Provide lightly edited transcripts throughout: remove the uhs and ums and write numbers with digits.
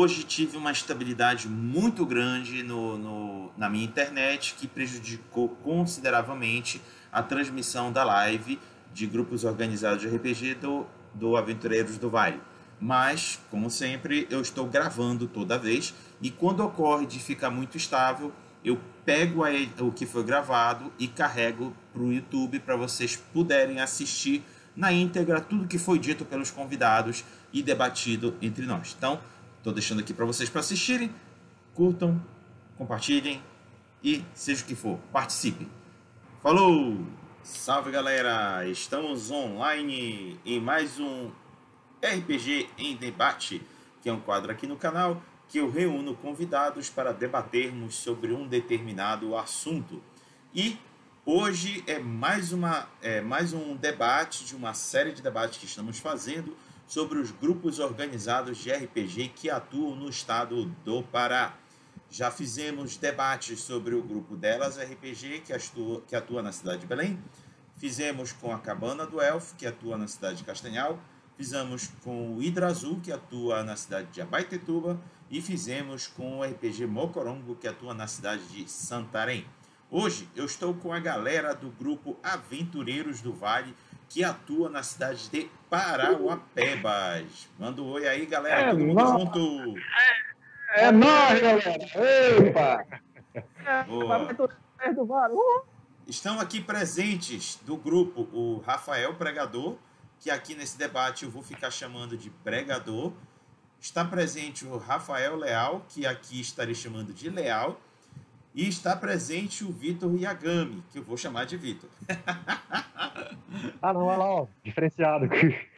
hoje tive uma instabilidade muito grande na minha internet que prejudicou consideravelmente a transmissão da live de grupos organizados de RPG do Aventureiros do Vale. Mas, como sempre, eu estou gravando toda vez e quando ocorre de ficar muito estável, eu pego o que foi gravado e carrego para o YouTube para vocês puderem assistir na íntegra tudo que foi dito pelos convidados e debatido entre nós. Então, estou deixando aqui para vocês para assistirem, curtam, compartilhem e seja o que for, participem. Falou! Salve galera! Estamos online em mais um RPG em Debate, que é um quadro aqui no canal que eu reúno convidados para debatermos sobre um determinado assunto. E hoje é mais um debate de uma série de debates que estamos fazendo sobre os grupos organizados de RPG que atuam no estado do Pará. Já fizemos debates sobre o grupo Delas RPG, que atua na cidade de Belém. Fizemos com a Cabana do Elfo, que atua na cidade de Castanhal. Fizemos com o Hidra Azul, que atua na cidade de Abaetetuba. E fizemos com o RPG Mocorongo, que atua na cidade de Santarém. Hoje eu estou com a galera do grupo Aventureiros do Vale, que atua na cidade de Parauapebas. Manda um oi aí, galera. Todo mundo junto. É nóis, galera. Epa! Aventureiros do Vale. Estão aqui presentes do grupo o Rafael Pregador, que aqui nesse debate eu vou ficar chamando de Pregador. Está presente o Rafael Leal, que aqui estarei chamando de Leal. E está presente o Vitor Yagami, que eu vou chamar de Vitor. Ah, não, olha lá, ó, diferenciado.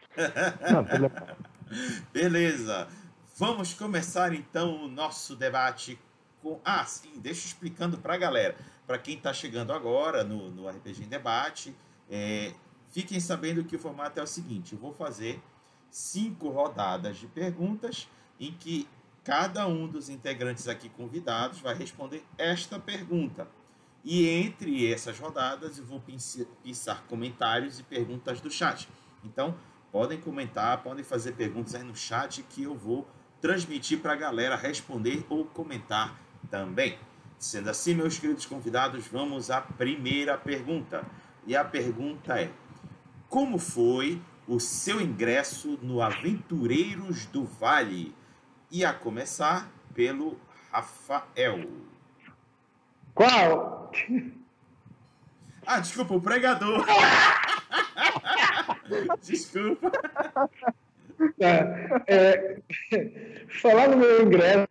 Beleza. Vamos começar então o nosso debate com... Ah, sim, deixa eu explicando para a galera. Para quem está chegando agora no RPG em Debate, fiquem sabendo que o formato é o seguinte. Eu vou fazer 5 rodadas de perguntas em que cada um dos integrantes aqui convidados vai responder esta pergunta. E entre essas rodadas eu vou pensar comentários e perguntas do chat. Então, podem comentar, podem fazer perguntas aí no chat que eu vou transmitir para a galera responder ou comentar também. Sendo assim, meus queridos convidados, vamos à primeira pergunta. E a pergunta é: como foi o seu ingresso no Aventureiros do Vale? E a começar pelo Rafael. Qual? Ah, desculpa, o Pregador. Desculpa. Falar no meu ingresso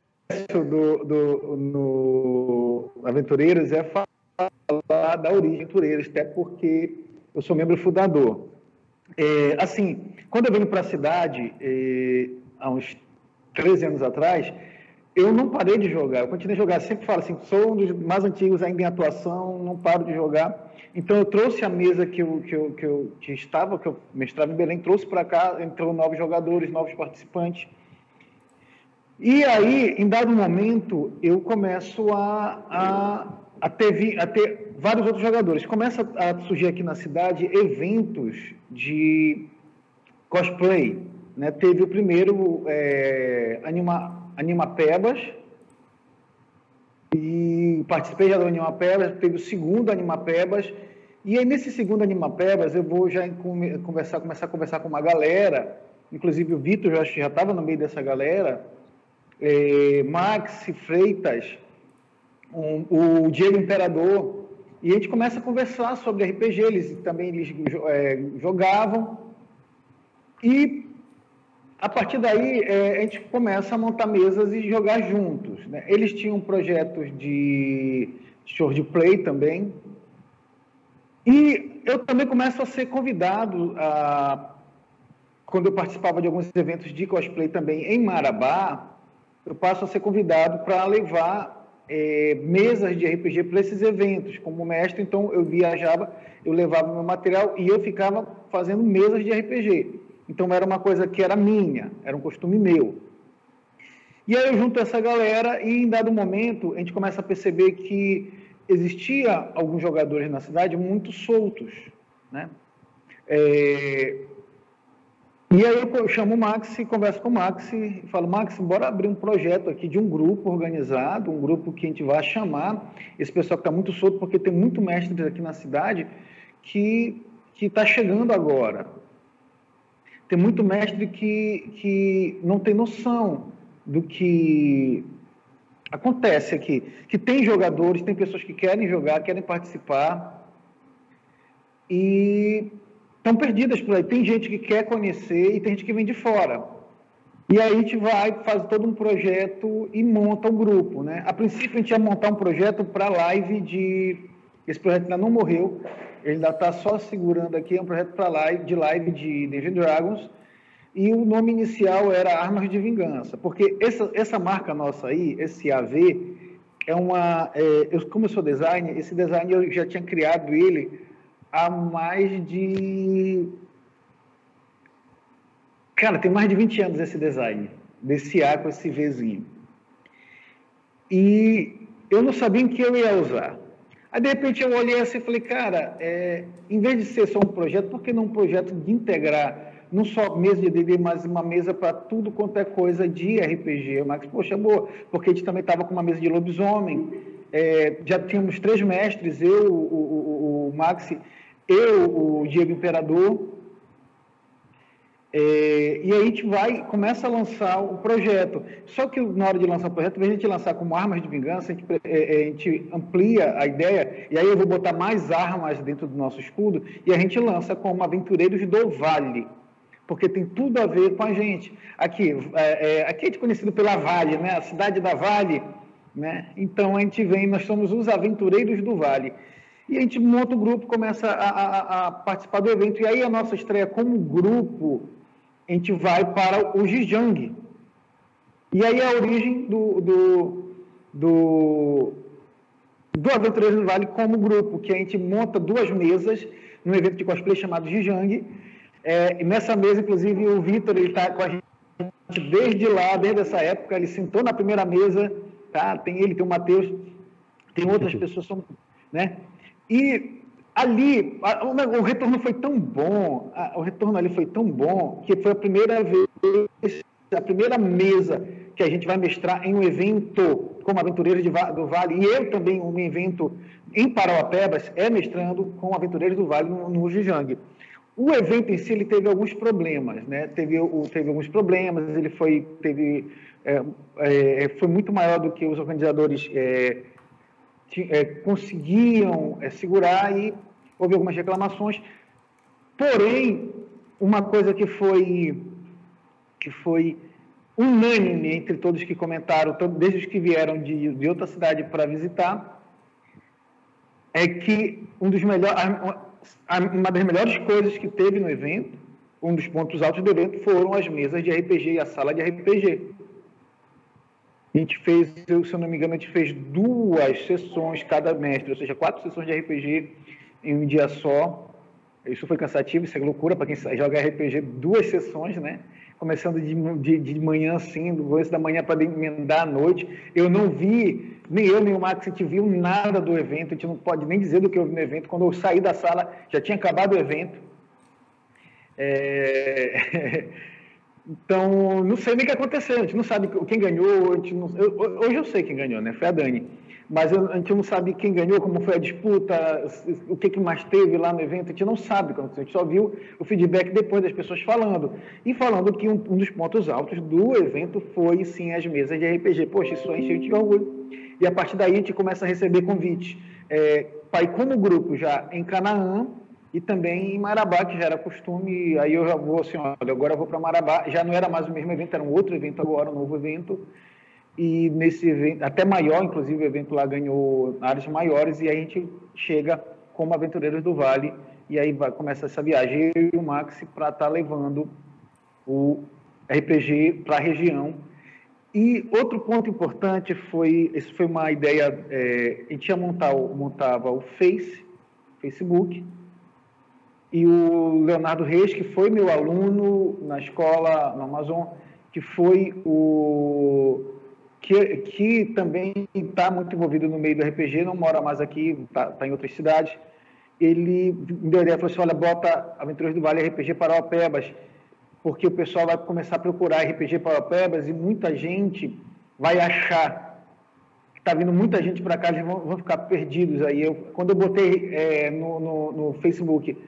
no Aventureiros é falar da origem Aventureiros, até porque eu sou membro fundador. Assim, quando eu vim para a cidade, há uns 13 anos atrás, eu não parei de jogar, eu continuei a jogar, sempre falo assim, sou um dos mais antigos ainda em atuação, não paro de jogar. Então eu trouxe a mesa que eu mestrava em Belém, trouxe para cá, entrou novos jogadores, novos participantes. E aí, em dado momento, eu começo a ter vários outros jogadores. Começa a surgir aqui na cidade eventos de cosplay, né? Teve o primeiro Animapebas, e participei já do Animapebas, teve o segundo Animapebas, e aí nesse segundo Animapebas eu vou já começar a conversar com uma galera, inclusive o Vitor já estava no meio dessa galera, Max Freitas, o Diego Imperador, e a gente começa a conversar sobre RPG, eles jogavam, e a partir daí a gente começa a montar mesas e jogar juntos, né? Eles tinham projetos de swordplay também, e eu também começo a ser convidado, quando eu participava de alguns eventos de cosplay também em Marabá, eu passo a ser convidado para levar mesas de RPG para esses eventos, como mestre. Então eu viajava, eu levava meu material e eu ficava fazendo mesas de RPG. Então era uma coisa que era minha, era um costume meu. E aí eu junto essa galera e em dado momento a gente começa a perceber que existia alguns jogadores na cidade muito soltos, né? E aí eu chamo o Max, converso com o Max e falo, Max, bora abrir um projeto aqui de um grupo organizado, um grupo que a gente vai chamar esse pessoal que está muito solto, porque tem muito mestre aqui na cidade que está chegando agora. Tem muito mestre que não tem noção do que acontece aqui, que tem jogadores, tem pessoas que querem jogar, querem participar e estão perdidas por aí. Tem gente que quer conhecer e tem gente que vem de fora. E aí a gente vai, faz todo um projeto e monta um grupo, né? A princípio a gente ia montar um projeto para live de... Esse projeto ainda não morreu, ele ainda está só segurando aqui, é um projeto para live de Dungeons & Dragons, e o nome inicial era Armas de Vingança, porque essa marca nossa aí, esse AV, como eu sou designer, esse design eu já tinha criado ele há mais de... Cara, tem mais de 20 anos esse design, desse A com esse Vzinho. E eu não sabia em que eu ia usar. Aí, de repente, eu olhei assim e falei, cara, em vez de ser só um projeto, por que não um projeto de integrar, não só mesa de D&D, mas uma mesa para tudo quanto é coisa de RPG? O Max, poxa, boa, porque a gente também estava com uma mesa de lobisomem, já tínhamos 3 mestres, eu, o Max, o Diego Imperador, e aí a gente começa a lançar o projeto. Só que na hora de lançar o projeto, a gente lançar como Armas de Vingança, a gente amplia a ideia, e aí eu vou botar mais armas dentro do nosso escudo, e a gente lança como Aventureiros do Vale, porque tem tudo a ver com a gente. Aqui a gente é conhecido pela Vale, né? A cidade da Vale, né? Então a gente nós somos os Aventureiros do Vale. E a gente monta o grupo, começa a participar do evento, e aí a nossa estreia como grupo, a gente vai para o Jijang. E aí a origem do Aventureiros do Vale como grupo, que a gente monta 2 mesas num evento de cosplay chamado Jijang. E nessa mesa, inclusive, o Vitor está com a gente desde essa época, ele sentou na primeira mesa, tá? Tem ele, tem o Matheus, tem outras pessoas, né? E ali, o retorno foi tão bom, que foi a primeira vez, a primeira mesa que a gente vai mestrar em um evento como Aventureiros do Vale, e eu também, um evento em Parauapebas, mestrando com Aventureiros do Vale no Jijang. O evento em si, ele teve alguns problemas, né? Teve alguns problemas, ele foi muito maior do que os organizadores conseguiam segurar, e houve algumas reclamações. Porém, uma coisa que foi unânime entre todos que comentaram, desde os que vieram de outra cidade para visitar, é que uma das melhores coisas que teve no evento, um dos pontos altos do evento, foram as mesas de RPG e a sala de RPG. A gente fez, se eu não me engano, a gente fez 2 sessões cada mestre, ou seja, 4 sessões de RPG em um dia só. Isso foi cansativo, isso é loucura para quem joga RPG, 2 sessões, né? Começando de manhã, assim, do começo da manhã para emendar à noite. Eu não vi, nem eu nem o Max, a gente viu nada do evento, a gente não pode nem dizer do que eu vi no evento. Quando eu saí da sala, já tinha acabado o evento. Então, não sei nem o que aconteceu, a gente não sabe quem ganhou, hoje eu sei quem ganhou, né? Foi a Dani, mas a gente não sabe quem ganhou, como foi a disputa, o que mais teve lá no evento, a gente não sabe, a gente só viu o feedback depois das pessoas falando, e falando que um dos pontos altos do evento foi, sim, as mesas de RPG. Poxa, isso aí encheu de orgulho, e a partir daí a gente começa a receber convites para ir como grupo já em Canaã, e também em Marabá, que já era costume. Aí eu já vou assim, olha, agora eu vou para Marabá, já não era mais o mesmo evento, era um outro evento agora, um novo evento, e nesse evento, até maior, inclusive o evento lá ganhou áreas maiores, e aí a gente chega como Aventureiros do Vale, e aí começa essa viagem, eu e o Max, para estar levando o RPG para a região. E outro ponto importante isso foi uma ideia, a gente montava o Facebook, e o Leonardo Reis, que foi meu aluno na escola, no Amazon, que foi que também está muito envolvido no meio do RPG, não mora mais aqui, está em outras cidades. Ele me deu a ideia, falou assim, olha, bota Aventureiros do Vale RPG Parauapebas, porque o pessoal vai começar a procurar RPG Paraupebas e muita gente vai achar que está vindo muita gente para cá, eles vão ficar perdidos aí. Quando eu botei no Facebook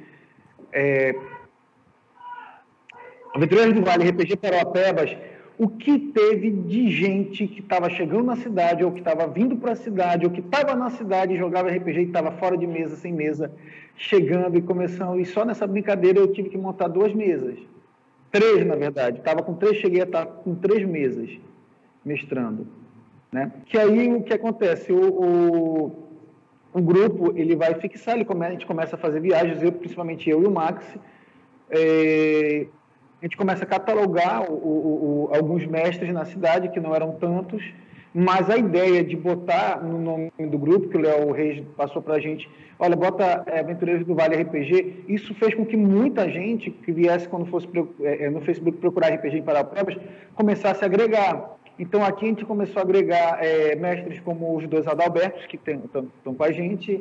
Aventureiros do Vale, RPG Paraupebas, o que teve de gente que estava chegando na cidade, ou que estava vindo para a cidade, ou que estava na cidade e jogava RPG e estava fora de mesa, sem mesa, chegando e começando. E só nessa brincadeira eu tive que montar 2 mesas. 3, na verdade. Estava com 3, cheguei a estar com 3 mesas, mestrando. Né? Que aí o que acontece? O grupo ele vai fixar, a gente começa a fazer viagens, principalmente eu e o Max. A gente começa a catalogar alguns mestres na cidade, que não eram tantos, mas a ideia de botar no nome do grupo, que o Léo Reis passou para a gente, olha, bota Aventureiros do Vale RPG, isso fez com que muita gente que viesse quando fosse no Facebook procurar RPG em Paraupebas, começasse a agregar. Então aqui a gente começou a agregar mestres como os 2 Adalbertos, que estão com a gente,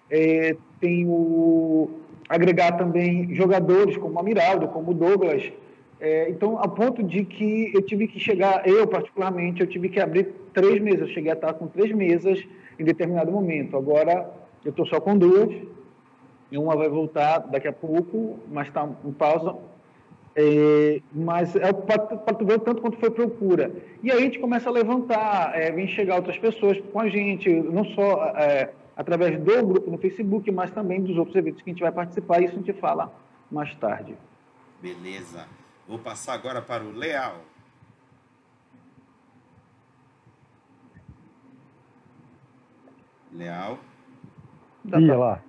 agregar também jogadores como o Amiraldo, como o Douglas. Então, a ponto de que eu tive que chegar, eu particularmente, eu tive que abrir 3 mesas. Eu cheguei a estar com 3 mesas em determinado momento. Agora, eu estou só com 2. E uma vai voltar daqui a pouco, mas está em pausa. Mas para tu ver o tanto quanto foi procura. E aí a gente começa a levantar, vem chegar outras pessoas com a gente, não só através do grupo no Facebook, mas também dos outros eventos que a gente vai participar. Isso a gente fala mais tarde. Beleza. Vou passar agora para o Leal. Leal. Ia lá.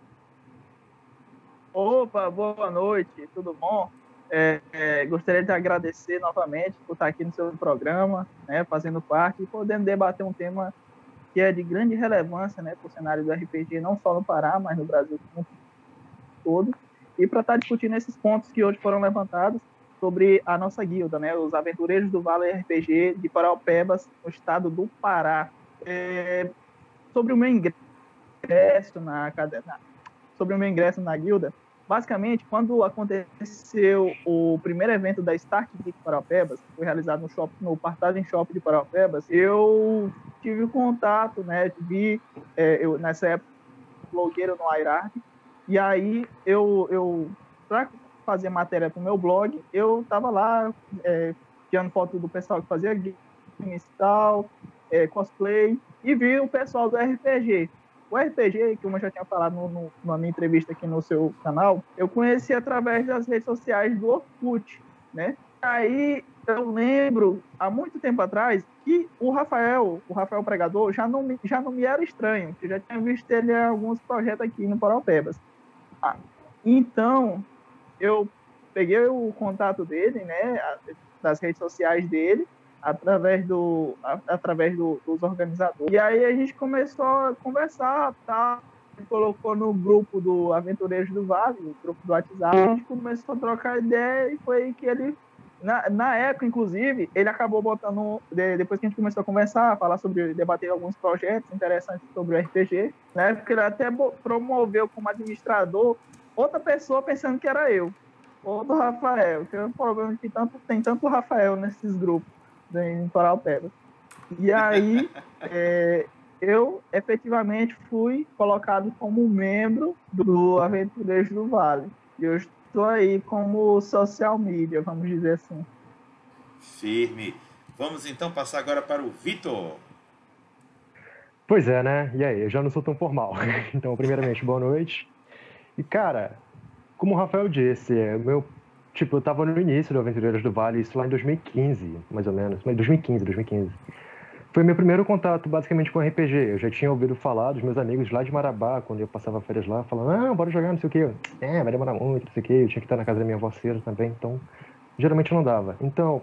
Opa, boa noite, tudo bom? Gostaria de agradecer novamente por estar aqui no seu programa, né, fazendo parte e podendo debater um tema que é de grande relevância, né, para o cenário do RPG, não só no Pará, mas no Brasil como todo, e para estar discutindo esses pontos que hoje foram levantados sobre a nossa guilda, né, os Aventureiros do Vale RPG de Paraupebas, no estado do Pará. Sobre o meu ingresso na guilda, basicamente, quando aconteceu o primeiro evento da Start Geek Paraupebas, que foi realizado no Partagem Shop de Paraupebas, eu tive contato, né, eu nessa época blogueiro no Airard, e aí eu para fazer matéria para o meu blog, eu estava lá tirando foto do pessoal que fazia games e tal, cosplay, e vi o pessoal do RPG. O RPG, que eu já tinha falado na minha entrevista aqui no seu canal, eu conheci através das redes sociais do Orkut, né? Aí eu lembro, há muito tempo atrás, que o Rafael Pregador, já não me era estranho, eu já tinha visto ele em alguns projetos aqui no Paraupebas. Então, eu peguei o contato dele, né, das redes sociais dele, através dos organizadores. E aí a gente começou a conversar, tá? Ele colocou no grupo do Aventureiros do Vale, o grupo do WhatsApp, a gente começou a trocar ideia e foi que ele, na época, inclusive, ele acabou botando, depois que a gente começou a conversar, debater alguns projetos interessantes sobre o RPG, na época ele até promoveu como administrador outra pessoa pensando que era eu, outro Rafael, que é um problema que tem tanto Rafael nesses grupos em Paraupebas. E aí eu efetivamente fui colocado como membro do Aventureiros do Vale. E eu estou aí como social media, vamos dizer assim. Firme. Vamos então passar agora para o Vitor. Pois é, né? E aí, eu já não sou tão formal. Então, primeiramente, boa noite. E, cara, como o Rafael disse, eu tava no início do Aventureiros do Vale, isso lá em 2015, mais ou menos. 2015. Foi meu primeiro contato, basicamente, com RPG. Eu já tinha ouvido falar dos meus amigos lá de Marabá, quando eu passava férias lá, falando, bora jogar, não sei o quê. Vai demorar muito, não sei o quê. Eu tinha que estar na casa da minha avó cedo também, então, geralmente não dava. Então,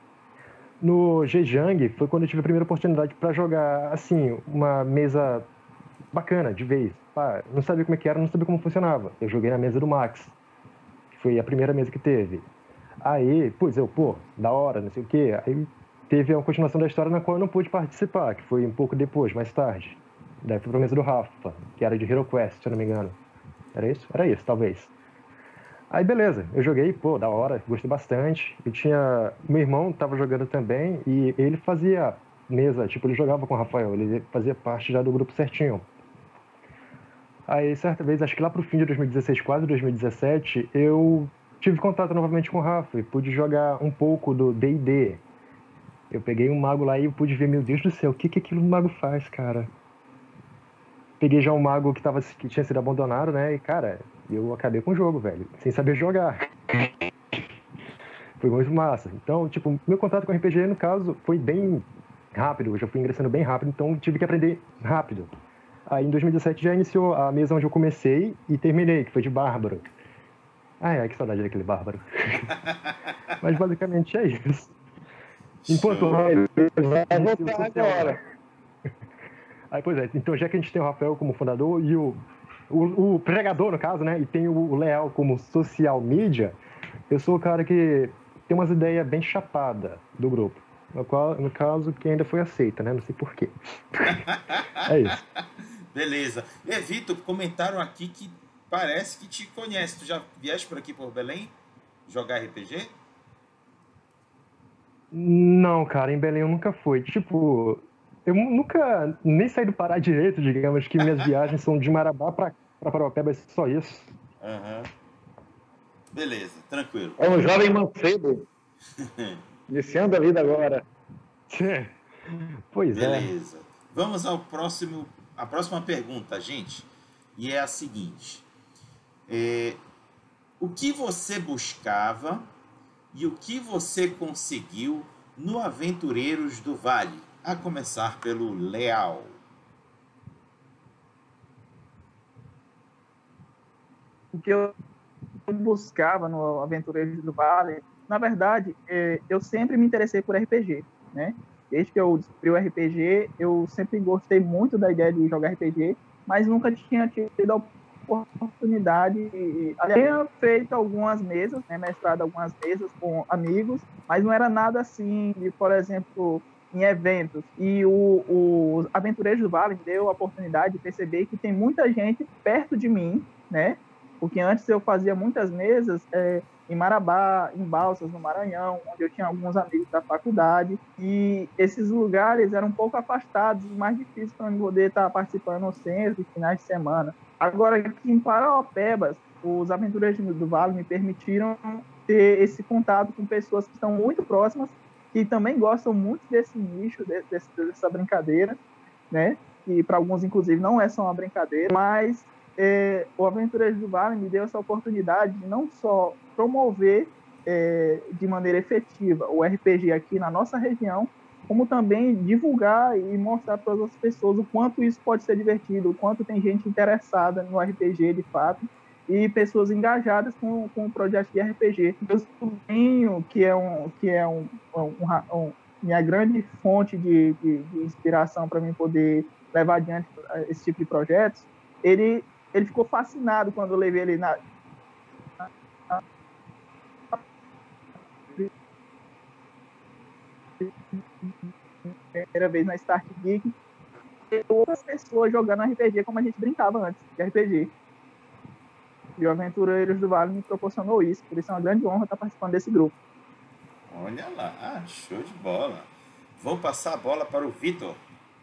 no Zhejiang, foi quando eu tive a primeira oportunidade para jogar, assim, uma mesa bacana, de vez. Não sabia como é que era, não sabia como funcionava. Eu joguei na mesa do Max. Foi a primeira mesa que teve. Aí, da hora, não sei o quê. Aí teve a continuação da história na qual eu não pude participar, que foi um pouco depois, mais tarde. Daí foi pra mesa do Rafa, que era de Hero Quest, se eu não me engano. Era isso? Era isso, talvez. Aí beleza, eu joguei, pô, da hora, gostei bastante. Meu irmão tava jogando também e ele fazia mesa, tipo, ele jogava com o Rafael, ele fazia parte já do grupo certinho. Aí certa vez, acho que lá pro fim de 2016, quase 2017, eu tive contato novamente com o Rafa e pude jogar um pouco do D&D. Eu peguei um mago lá e eu pude ver, meu Deus do céu, o que aquilo mago faz, cara? Peguei já um mago que tinha sido abandonado, né? E, cara, eu acabei com o jogo, velho, sem saber jogar. Foi muito massa. Então, tipo, meu contato com RPG, no caso, foi bem rápido. Eu já fui ingressando bem rápido, então tive que aprender rápido. Aí, em 2017, já iniciou a mesa onde eu comecei e terminei, que foi de Bárbaro. Ai, que saudade daquele Bárbaro. Mas, basicamente, é isso. Enquanto vai voltar agora. Aí, pois é, então já que a gente tem o Rafael como fundador e o pregador, no caso, né, e tem o Leal como social media, eu sou o cara que tem umas ideias bem chapadas do grupo, no caso, que ainda foi aceita, né, não sei porquê. É isso. Beleza. E Vitor, comentaram aqui que parece que te conhece. Tu já vieste por aqui por Belém jogar RPG? Não, cara, em Belém eu nunca fui. Tipo, eu nunca nem saí do Pará direito, digamos que minhas viagens são de Marabá pra Parauapebas, só isso. Uhum. Beleza, tranquilo. É um jovem mancebo. Iniciando a vida agora. Pois Beleza. Vamos ao próximo, a próxima pergunta, gente. E é a seguinte. O que você buscava e o que você conseguiu no Aventureiros do Vale? A começar pelo Leal. O que eu buscava no Aventureiros do Vale, na verdade, eu sempre me interessei por RPG, né? Desde que eu descobri o RPG, eu sempre gostei muito da ideia de jogar RPG, mas nunca tinha tido a oportunidade. Eu tinha feito algumas mesas, né, mestrado algumas mesas com amigos, mas não era nada assim, de, por exemplo, em eventos. E o Aventureiros do Vale me deu a oportunidade de perceber que tem muita gente perto de mim, né? Porque antes eu fazia muitas mesas em Marabá, em Balsas, no Maranhão, onde eu tinha alguns amigos da faculdade, e esses lugares eram um pouco afastados, mais difícil para eu poder estar participando no centro, finais de semana. Agora, aqui em Parauapebas, os Aventureiros do Vale me permitiram ter esse contato com pessoas que estão muito próximas, que também gostam muito desse nicho, dessa brincadeira, né? E para alguns, inclusive, não é só uma brincadeira, mas o Aventureiros do Vale me deu essa oportunidade de não só promover de maneira efetiva o RPG aqui na nossa região, como também divulgar e mostrar para as outras pessoas o quanto isso pode ser divertido, o quanto tem gente interessada no RPG de fato e pessoas engajadas com o projeto de RPG. Meu sobrinho, que é minha grande fonte de inspiração para mim poder levar adiante esse tipo de projetos, ele ficou fascinado quando eu levei ele na primeira vez na Start Geek, e outras pessoas jogando RPG como a gente brincava antes de RPG. E o Aventureiros do Vale me proporcionou isso, por isso é uma grande honra estar participando desse grupo. Olha lá, show de bola. Vou passar a bola para o Vitor.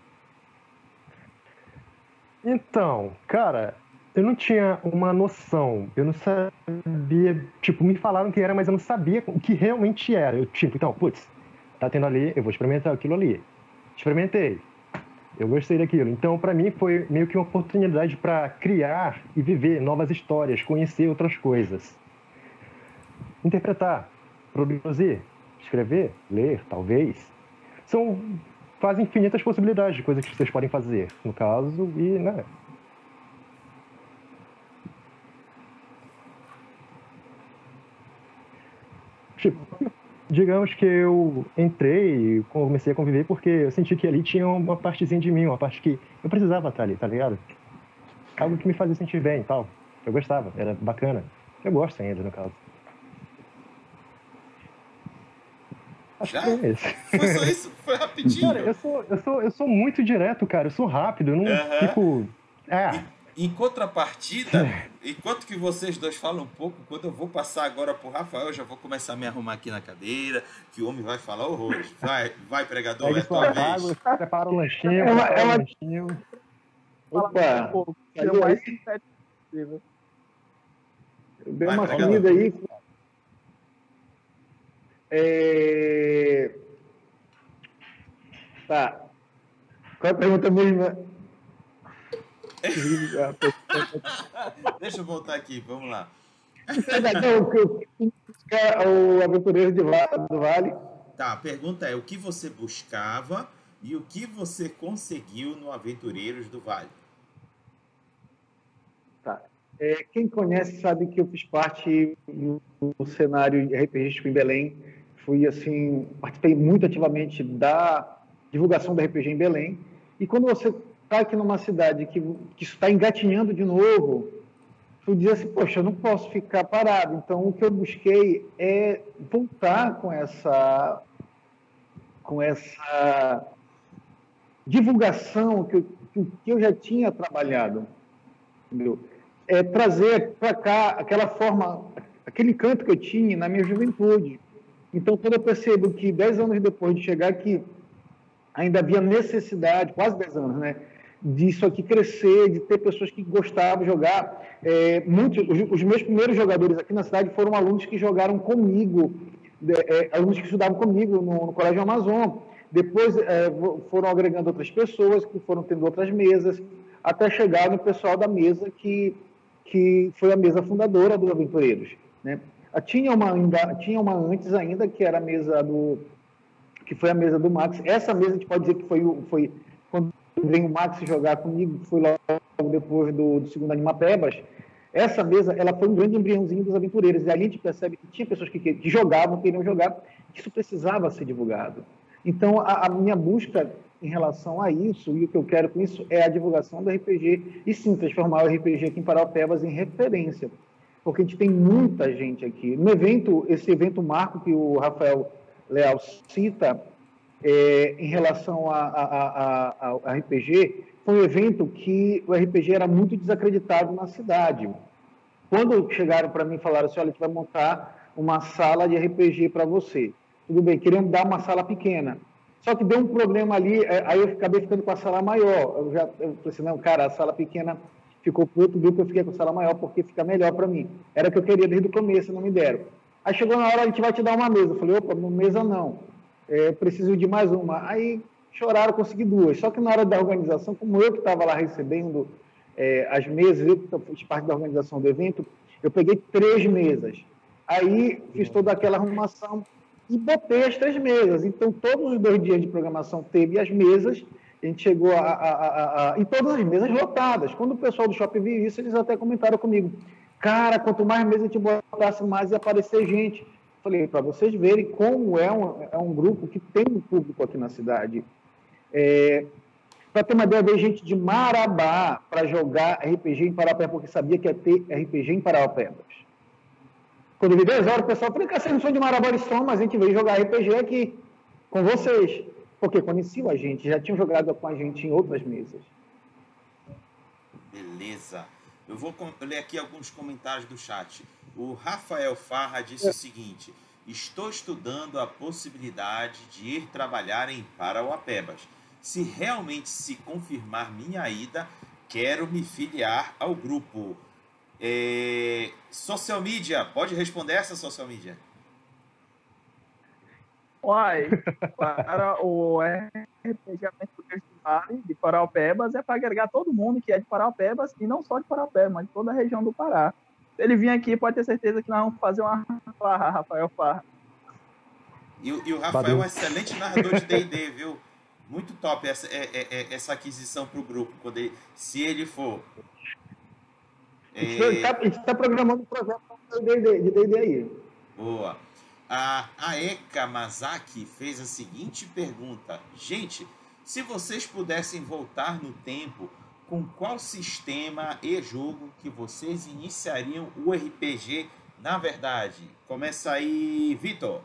Então, cara, eu não tinha uma noção, eu não sabia, tipo, me falaram que era, mas eu não sabia o que realmente era. Eu, tipo, então, putz, tá tendo ali, eu vou experimentar aquilo ali. Experimentei, eu gostei daquilo. Então, pra mim, foi meio que uma oportunidade para criar e viver novas histórias, conhecer outras coisas. Interpretar, produzir, escrever, ler, talvez. São quase infinitas possibilidades de coisas que vocês podem fazer, no caso, e, né? Tipo, digamos que eu entrei e comecei a conviver porque eu senti que ali tinha uma partezinha de mim, uma parte que eu precisava estar ali, tá ligado? Algo que me fazia sentir bem e tal. Eu gostava, era bacana. Eu gosto ainda, no caso. Acho Já? que é isso. Foi só isso? Foi rapidinho? Cara, eu sou muito direto, cara. Eu sou rápido, eu não fico... Em contrapartida, enquanto que vocês dois falam um pouco, quando eu vou passar agora pro Rafael, eu já vou começar a me arrumar aqui na cadeira, que o homem vai falar horrores. Vai, pregador, Pegue é tua suas vez. águas, prepara o lanchinho, prepara o lanchinho. Opa! Pô, Aí, o mais aí, sintético possível. deu Vai, uma pregador. comida aí. É... Tá. Qual é a pergunta mesmo? Deixa eu voltar aqui, vamos lá. O Aventureiro do Vale. Tá, a pergunta é: o que você buscava e o que você conseguiu no Aventureiros do Vale? Tá. Quem conhece sabe que eu fiz parte do cenário de RPG em Belém. Fui assim, participei muito ativamente da divulgação da RPG em Belém. E quando você está aqui numa cidade que isso está engatinhando de novo, tu diz assim, poxa, eu não posso ficar parado. Então, o que eu busquei é voltar com essa divulgação que eu já tinha trabalhado, entendeu? Trazer para cá aquela forma, aquele canto que eu tinha na minha juventude. Então, quando eu percebo que 10 anos depois de chegar aqui, ainda havia necessidade, quase 10 anos, né, disso aqui crescer, de ter pessoas que gostavam de jogar. Os meus primeiros jogadores aqui na cidade foram alunos que jogaram comigo, alunos que estudavam comigo no Colégio Amazon. Depois foram agregando outras pessoas, que foram tendo outras mesas, até chegar no pessoal da mesa que foi a mesa fundadora do Aventureiros, né? Tinha uma antes ainda, que era a mesa que foi a mesa do Max. Essa mesa a gente pode dizer que foi quando veio o Max jogar comigo, que foi logo depois do segundo Animapebas. Essa mesa, ela foi um grande embriãozinho dos Aventureiros, e ali a gente percebe que tinha pessoas que jogavam, queriam jogar, que isso precisava ser divulgado. Então, a minha busca em relação a isso, e o que eu quero com isso, é a divulgação do RPG, e sim, transformar o RPG aqui em Paraupebas em referência, porque a gente tem muita gente aqui. No evento, esse evento marco que o Rafael Leal cita, em relação ao RPG, foi um evento que o RPG era muito desacreditado na cidade. Quando chegaram para mim e falaram assim, olha, a gente vai montar uma sala de RPG para você. Tudo bem, queriam dar uma sala pequena. Só que deu um problema ali, aí eu acabei ficando com a sala maior. Eu falei assim, não, cara, a sala pequena ficou para outro grupo, eu fiquei com a sala maior porque fica melhor para mim. Era o que eu queria desde o começo, não me deram. Aí chegou na hora, a gente vai te dar uma mesa. Eu falei, opa, uma mesa não. Preciso de mais uma. Aí choraram, consegui duas. Só que na hora da organização, como eu que estava lá recebendo as mesas, eu que fiz parte da organização do evento, eu peguei 3 mesas. Aí fiz toda aquela arrumação e botei as 3 mesas. Então, todos os 2 dias de programação teve as mesas, a gente chegou e todas as mesas lotadas. Quando o pessoal do shopping viu isso, eles até comentaram comigo, cara, quanto mais mesas a gente botasse, mais ia aparecer gente. Falei, para vocês verem como é um grupo que tem um público aqui na cidade. Para ter uma ideia, veio gente de Marabá para jogar RPG em Paraupebas, porque sabia que ia ter RPG em Paraupebas. Quando eu vi 10 horas, o pessoal falou, vocês não são de Marabá, eles são, mas a gente veio jogar RPG aqui com vocês. Porque conheciam a gente, já tinham jogado com a gente em outras mesas. Beleza. Eu vou ler aqui alguns comentários do chat. O Rafael Farra disse o seguinte: estou estudando a possibilidade de ir trabalhar em Parauapebas. Se realmente se confirmar minha ida, quero me filiar ao grupo. Social media, pode responder essa, social media? Uai, para o RPG Aventureiros do Vale de Paraupebas é para agregar todo mundo que é de Paraupebas, e não só de Paraupebas, mas de toda a região do Pará. Se ele vir aqui, pode ter certeza que nós vamos fazer uma farra, Rafael Farra. E o Rafael é um excelente narrador de D&D, viu? Muito top essa aquisição para o grupo, se ele for. A gente está programando um projeto de D&D aí. Boa. A Aeka Mazaki fez a seguinte pergunta: gente, se vocês pudessem voltar no tempo, com qual sistema e jogo que vocês iniciariam o RPG na verdade? Começa aí, Vitor.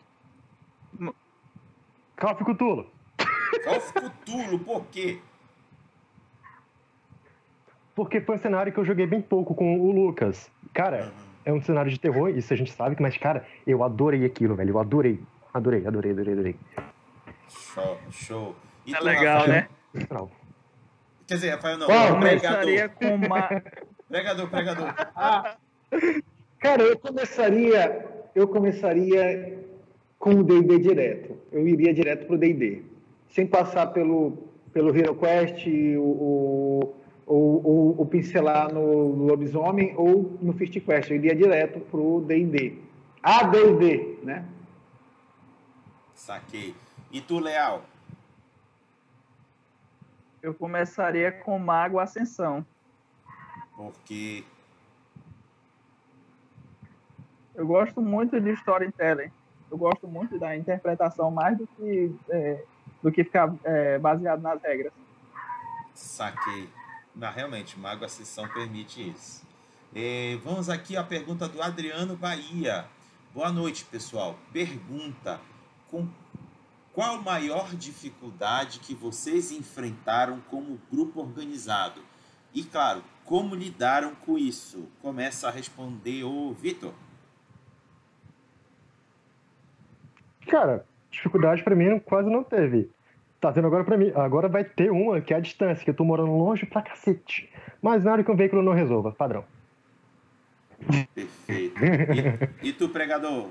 Call of Cthulhu. Call of Cthulhu, por quê? porque foi um cenário que eu joguei bem pouco com o Lucas. Cara, é um cenário de terror, isso a gente sabe, mas, cara, eu adorei aquilo, velho. Eu adorei. Adorei. Show. E É tu, legal, Rafael? né? Não. Quer dizer, Rafael não. Qual? Eu começaria com uma... Pregador. Cara, eu começaria com o D&D direto. Eu iria direto pro D&D. Sem passar pelo Hero Quest, ou pincelar no Lobisomem ou no Fist Quest. Eu iria direto pro D&D. D&D, né? Saquei. E tu, Leal? Eu começaria com Mago Ascensão. Porque... Eu gosto muito de storytelling. Eu gosto muito da interpretação mais do que ficar baseado nas regras. Saquei. Mas realmente, Mago Ascensão permite isso. Vamos aqui à pergunta do Adriano Bahia. Boa noite, pessoal. Pergunta: qual a maior dificuldade que vocês enfrentaram como grupo organizado? E, claro, como lidaram com isso? Começa a responder o Vitor. Cara, dificuldade pra mim quase não teve. Tá tendo agora pra mim. Agora vai ter uma que é a distância, que eu tô morando longe pra cacete. Mas nada que um veículo não resolva, padrão. Perfeito. E tu, pregador?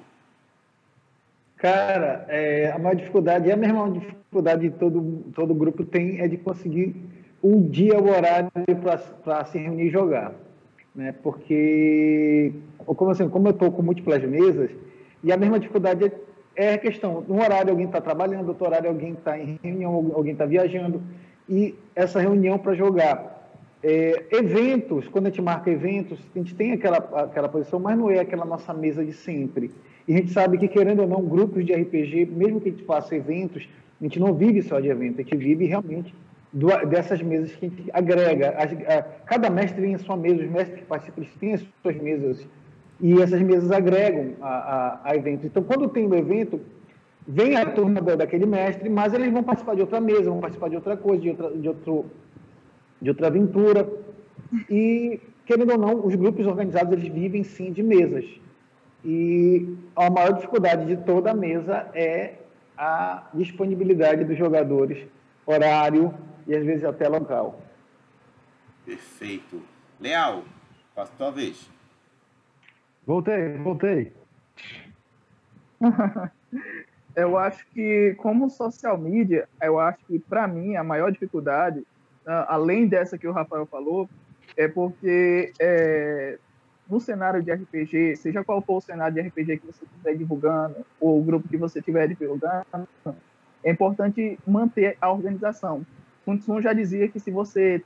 Cara, a maior dificuldade, a mesma dificuldade que todo grupo tem, é de conseguir um dia, o horário para se reunir e jogar. Né? Porque, como eu estou com múltiplas mesas, e a mesma dificuldade é a questão, um horário alguém está trabalhando, outro horário alguém está em reunião, alguém está viajando, e essa reunião para jogar. Eventos, quando a gente marca eventos, a gente tem aquela posição, mas não é aquela nossa mesa de sempre. E a gente sabe que, querendo ou não, grupos de RPG, mesmo que a gente faça eventos, a gente não vive só de evento, a gente vive realmente dessas mesas que a gente agrega. Cada mestre tem a sua mesa, os mestres que participam têm as suas mesas, e essas mesas agregam a eventos. Então, quando tem um evento, vem a turma daquele mestre, mas eles vão participar de outra mesa, vão participar de outra coisa, de outra aventura. E, querendo ou não, os grupos organizados, eles vivem sim de mesas. E a maior dificuldade de toda a mesa é a disponibilidade dos jogadores, horário e às vezes até local. Perfeito. Leal, passa a tua vez. Voltei. Eu acho que, como social media, eu acho que, para mim, a maior dificuldade, além dessa que o Rafael falou, é porque no cenário de RPG, seja qual for o cenário de RPG que você estiver divulgando, ou o grupo que você estiver divulgando, é importante manter a organização. Sun Tzu já dizia que se você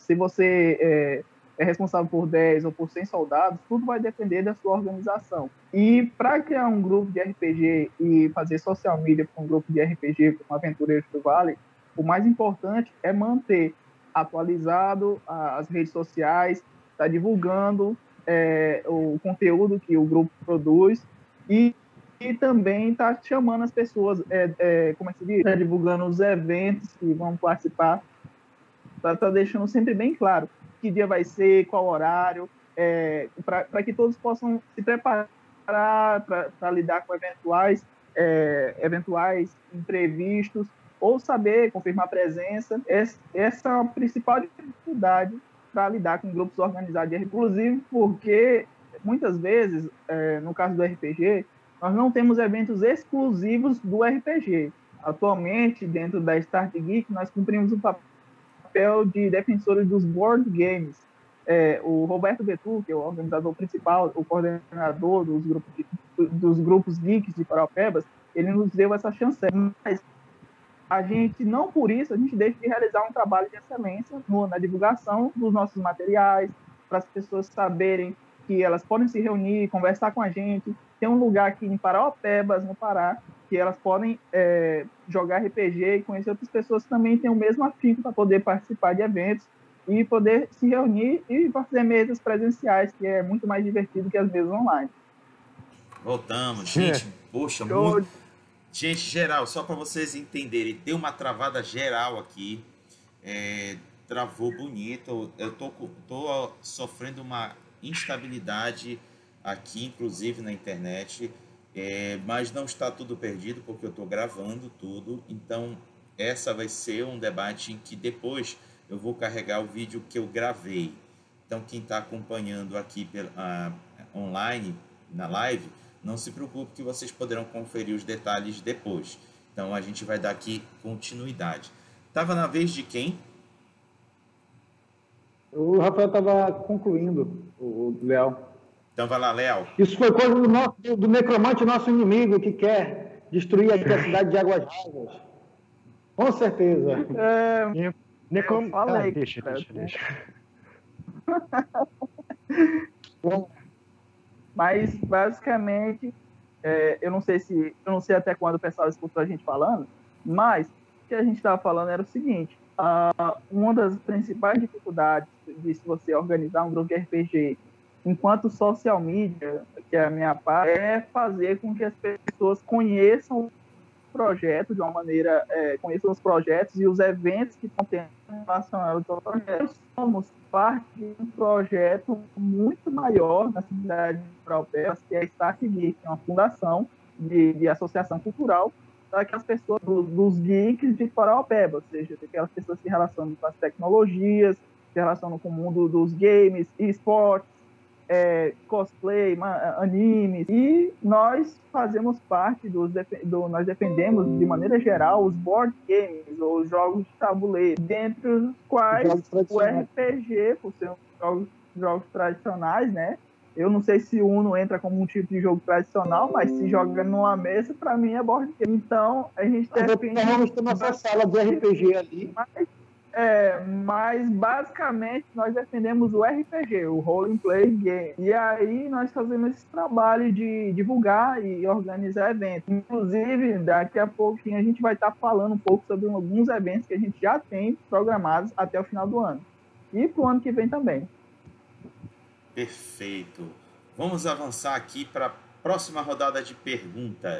é responsável por 10 ou por 100 soldados, tudo vai depender da sua organização. E para criar um grupo de RPG e fazer social media com um grupo de RPG, como Aventureiros do Vale, o mais importante é manter atualizado as redes sociais, tá divulgando o conteúdo que o grupo produz e também tá chamando as pessoas, como é que se diz? Tá divulgando os eventos que vão participar, tá deixando sempre bem claro que dia vai ser, qual horário, para que todos possam se preparar para lidar com eventuais imprevistos, ou saber confirmar presença. Essa é a principal dificuldade para lidar com grupos organizados de RPG, inclusive porque muitas vezes, no caso do RPG, nós não temos eventos exclusivos do RPG. Atualmente, dentro da Start Geek, nós cumprimos o papel de defensores dos board games. O Roberto Betu, que é o organizador principal, o coordenador dos grupos geeks de Paraupebas, ele nos deu essa chance. Mas a gente, não por isso, a gente deixa de realizar um trabalho de excelência na divulgação dos nossos materiais, para as pessoas saberem que elas podem se reunir, conversar com a gente. Tem um lugar aqui em Paraupebas, no Pará, que elas podem jogar RPG e conhecer outras pessoas que também têm o mesmo afinco para poder participar de eventos e poder se reunir e fazer mesas presenciais, que é muito mais divertido que as mesas online. Voltamos, gente. Poxa, muito... Gente, geral, só para vocês entenderem, deu uma travada geral aqui. travou bonito. Eu tô sofrendo uma instabilidade aqui, inclusive na internet, mas não está tudo perdido, porque eu estou gravando tudo. Então, essa vai ser um debate em que depois eu vou carregar o vídeo que eu gravei. Então, quem está acompanhando aqui online, na live, não se preocupe que vocês poderão conferir os detalhes depois. Então, a gente vai dar aqui continuidade. Estava na vez de quem? O Rafael estava concluindo, o Léo. Então vai lá, Léo. Isso foi coisa do necromante, nosso inimigo, que quer destruir aqui a cidade de Águas Rasas. Com certeza. Eu falei, deixa. Bom, mas basicamente, eu não sei até quando o pessoal escutou a gente falando, mas o que a gente estava falando era o seguinte: uma das principais dificuldades de se você organizar um grupo de RPG enquanto social media, que é a minha parte, é fazer com que as pessoas conheçam o projeto de uma maneira, conheçam os projetos e os eventos que estão tendo relacionados ao projeto. Nós somos parte de um projeto muito maior na cidade de Paraupebas, que é a Start Geek, é uma fundação de associação cultural daquelas pessoas, dos geeks de Paraupebas, ou seja, aquelas pessoas que se relacionam com as tecnologias, se relacionam com o mundo dos games, esportes, cosplay, animes, e nós fazemos parte nós defendemos de maneira geral os board games, ou os jogos de tabuleiro, dentre os quais o RPG, por ser jogos tradicionais, né? Eu não sei se o Uno entra como um tipo de jogo tradicional, mas se joga numa mesa, para mim é board game. Então, a gente defende... Vamos ter nossa sala de RPG ali. Mas basicamente nós defendemos o RPG, o Role and Play Game. E aí nós fazemos esse trabalho de divulgar e organizar eventos. Inclusive, daqui a pouquinho a gente vai estar falando um pouco sobre alguns eventos que a gente já tem programados até o final do ano. E para o ano que vem também. Perfeito. Vamos avançar aqui para a próxima rodada de perguntas.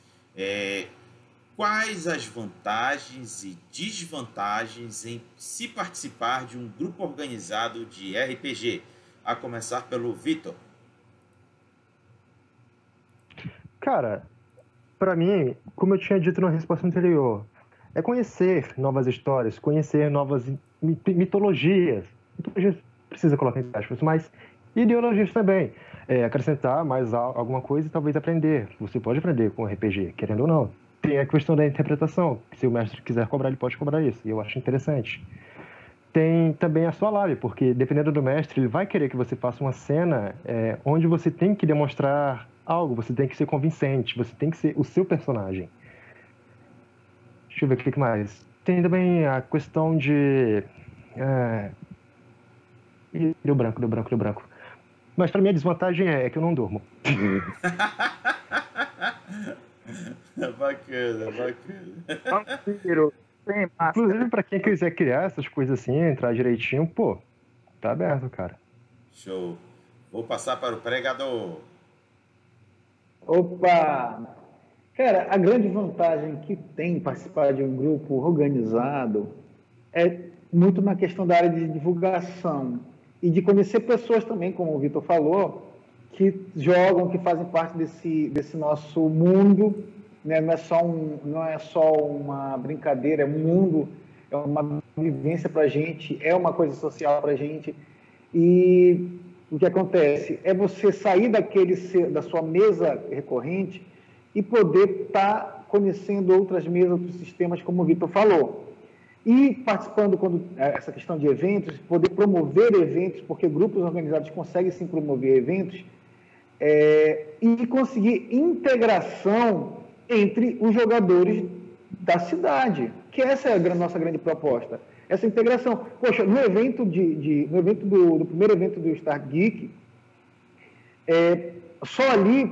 Quais as vantagens e desvantagens em se participar de um grupo organizado de RPG? A começar pelo Vitor. Cara, para mim, como eu tinha dito na resposta anterior, é conhecer novas histórias, conhecer novas mitologias. Mitologias precisa colocar em aspas, mas ideologias também. Acrescentar mais alguma coisa e talvez aprender. Você pode aprender com RPG, querendo ou não. Tem a questão da interpretação. Se o mestre quiser cobrar, ele pode cobrar isso. E eu acho interessante. Tem também a sua lábia, porque dependendo do mestre, ele vai querer que você faça uma cena onde você tem que demonstrar algo, você tem que ser convincente, você tem que ser o seu personagem. Deixa eu ver o que mais. Tem também a questão de... Deu branco. Mas pra mim a desvantagem é que eu não durmo. Bacana. Inclusive, pra quem quiser criar essas coisas assim, entrar direitinho, pô, tá aberto, cara. Show. Vou passar para o pregador. Opa! Cara, a grande vantagem que tem participar de um grupo organizado é muito na questão da área de divulgação e de conhecer pessoas também, como o Vitor falou, que jogam, que fazem parte desse nosso mundo, né? Não é só uma brincadeira, é um mundo, é uma vivência para a gente, é uma coisa social para a gente. E o que acontece é você sair da sua mesa recorrente e poder estar conhecendo outras mesas, outros sistemas, como o Vitor falou. E participando, essa questão de eventos, poder promover eventos, porque grupos organizados conseguem sim promover eventos, e conseguir integração entre os jogadores da cidade, que essa é a nossa grande proposta, essa integração. Poxa, no evento do primeiro evento do Start Geek, só ali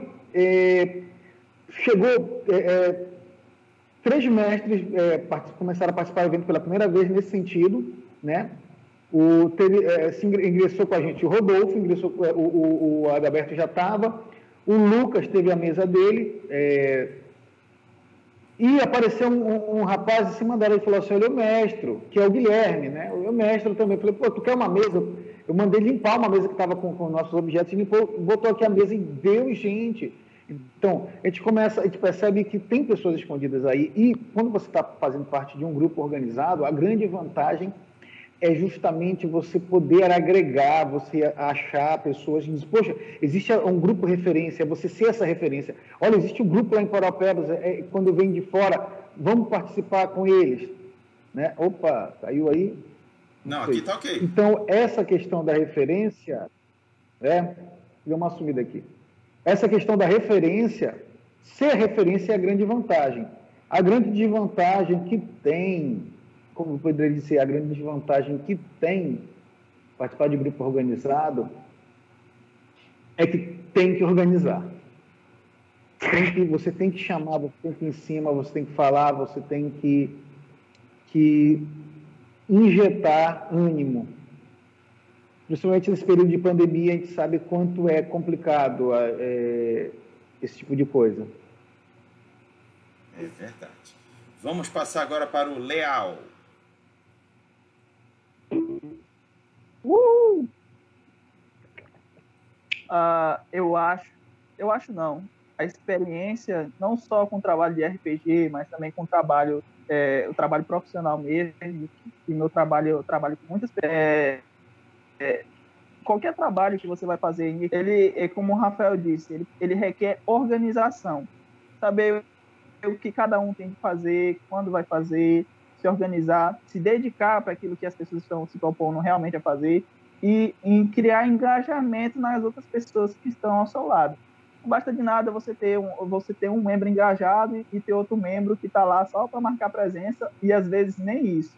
chegou 3 mestres começaram a participar do evento pela primeira vez nesse sentido, né? Ingressou com a gente o Rodolfo, o Adalberto já estava, o Lucas teve a mesa dele, E apareceu um rapaz em cima dela e falou assim, olha, o mestre, que é o Guilherme, né? O mestre também. Eu falei, pô, tu quer uma mesa? Eu mandei limpar uma mesa que estava com nossos objetos, e limpou, botou aqui a mesa e deu gente. Então, a gente percebe que tem pessoas escondidas aí, e quando você está fazendo parte de um grupo organizado, a grande vantagem é justamente você poder agregar, você achar pessoas que dizem, poxa, existe um grupo referência, você ser essa referência. Olha, existe um grupo lá em Paraupebas, quando vem de fora, vamos participar com eles. Né? Opa, caiu aí? Não, aqui está ok. Então, essa questão da referência, deu uma sumida aqui. Essa questão da referência, ser referência é a grande vantagem. A grande desvantagem que tem, como eu poderia dizer, a grande desvantagem que tem participar de grupo organizado é que tem que organizar. Você tem que chamar, você tem que ir em cima, você tem que falar, você tem que injetar ânimo. Principalmente nesse período de pandemia, a gente sabe quanto é complicado esse tipo de coisa. É verdade. Vamos passar agora para o Leal. Eu acho não. A experiência, não só com o trabalho de RPG, mas também com o trabalho profissional mesmo, e meu trabalho, eu trabalho com muitas pessoas. Qualquer trabalho que você vai fazer, ele, como o Rafael disse, ele requer organização. Saber o que cada um tem que fazer, quando vai fazer, se organizar, se dedicar para aquilo que as pessoas estão se propondo realmente a fazer e em criar engajamento nas outras pessoas que estão ao seu lado. Não basta de nada você ter um membro engajado e ter outro membro que está lá só para marcar presença, e às vezes nem isso.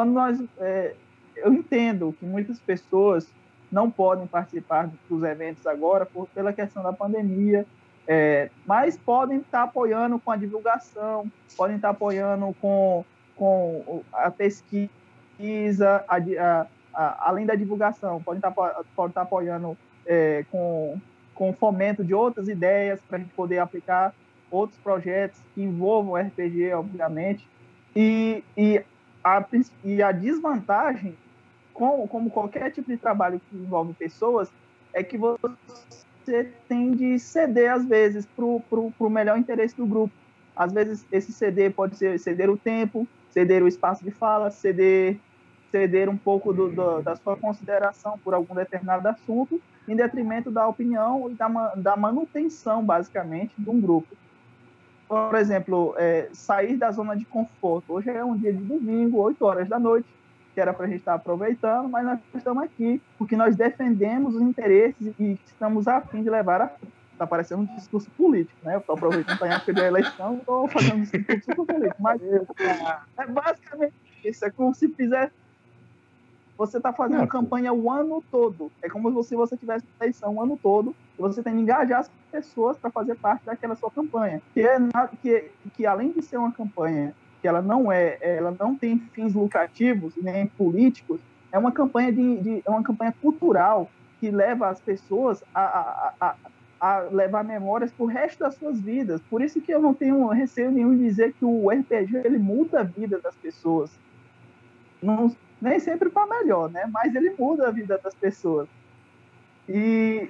Eu entendo que muitas pessoas não podem participar dos eventos agora pela questão da pandemia, mas podem estar apoiando com a divulgação, podem estar apoiando com a pesquisa, além da divulgação, podem estar apoiando com o fomento de outras ideias para a gente poder aplicar outros projetos que envolvam o RPG, obviamente, e a desvantagem, como qualquer tipo de trabalho que envolve pessoas, é que você tem de ceder, às vezes, para o melhor interesse do grupo. Às vezes, esse ceder pode ser ceder o tempo, ceder o espaço de fala, ceder um pouco da sua consideração por algum determinado assunto, em detrimento da opinião e da manutenção, basicamente, de um grupo. Por exemplo, sair da zona de conforto. Hoje é um dia de domingo, 8 horas da noite, que era para a gente estar aproveitando, mas nós estamos aqui porque nós defendemos os interesses e estamos a fim de levar Está parecendo um discurso político, né? Eu estou aproveitando para a eleição e estou fazendo um discurso político. Mas é basicamente isso. É como se fizesse... Você está fazendo campanha o ano todo. É como se você tivesse eleição o ano todo e você tem que engajar as pessoas para fazer parte daquela sua campanha. Que além de ser uma campanha que ela não tem fins lucrativos nem políticos, é uma campanha é uma campanha cultural que leva as pessoas a levar memórias pro resto das suas vidas. Por isso que eu não tenho receio nenhum de dizer que o RPG ele muda a vida das pessoas. Nem sempre para melhor, né? Mas ele muda a vida das pessoas. E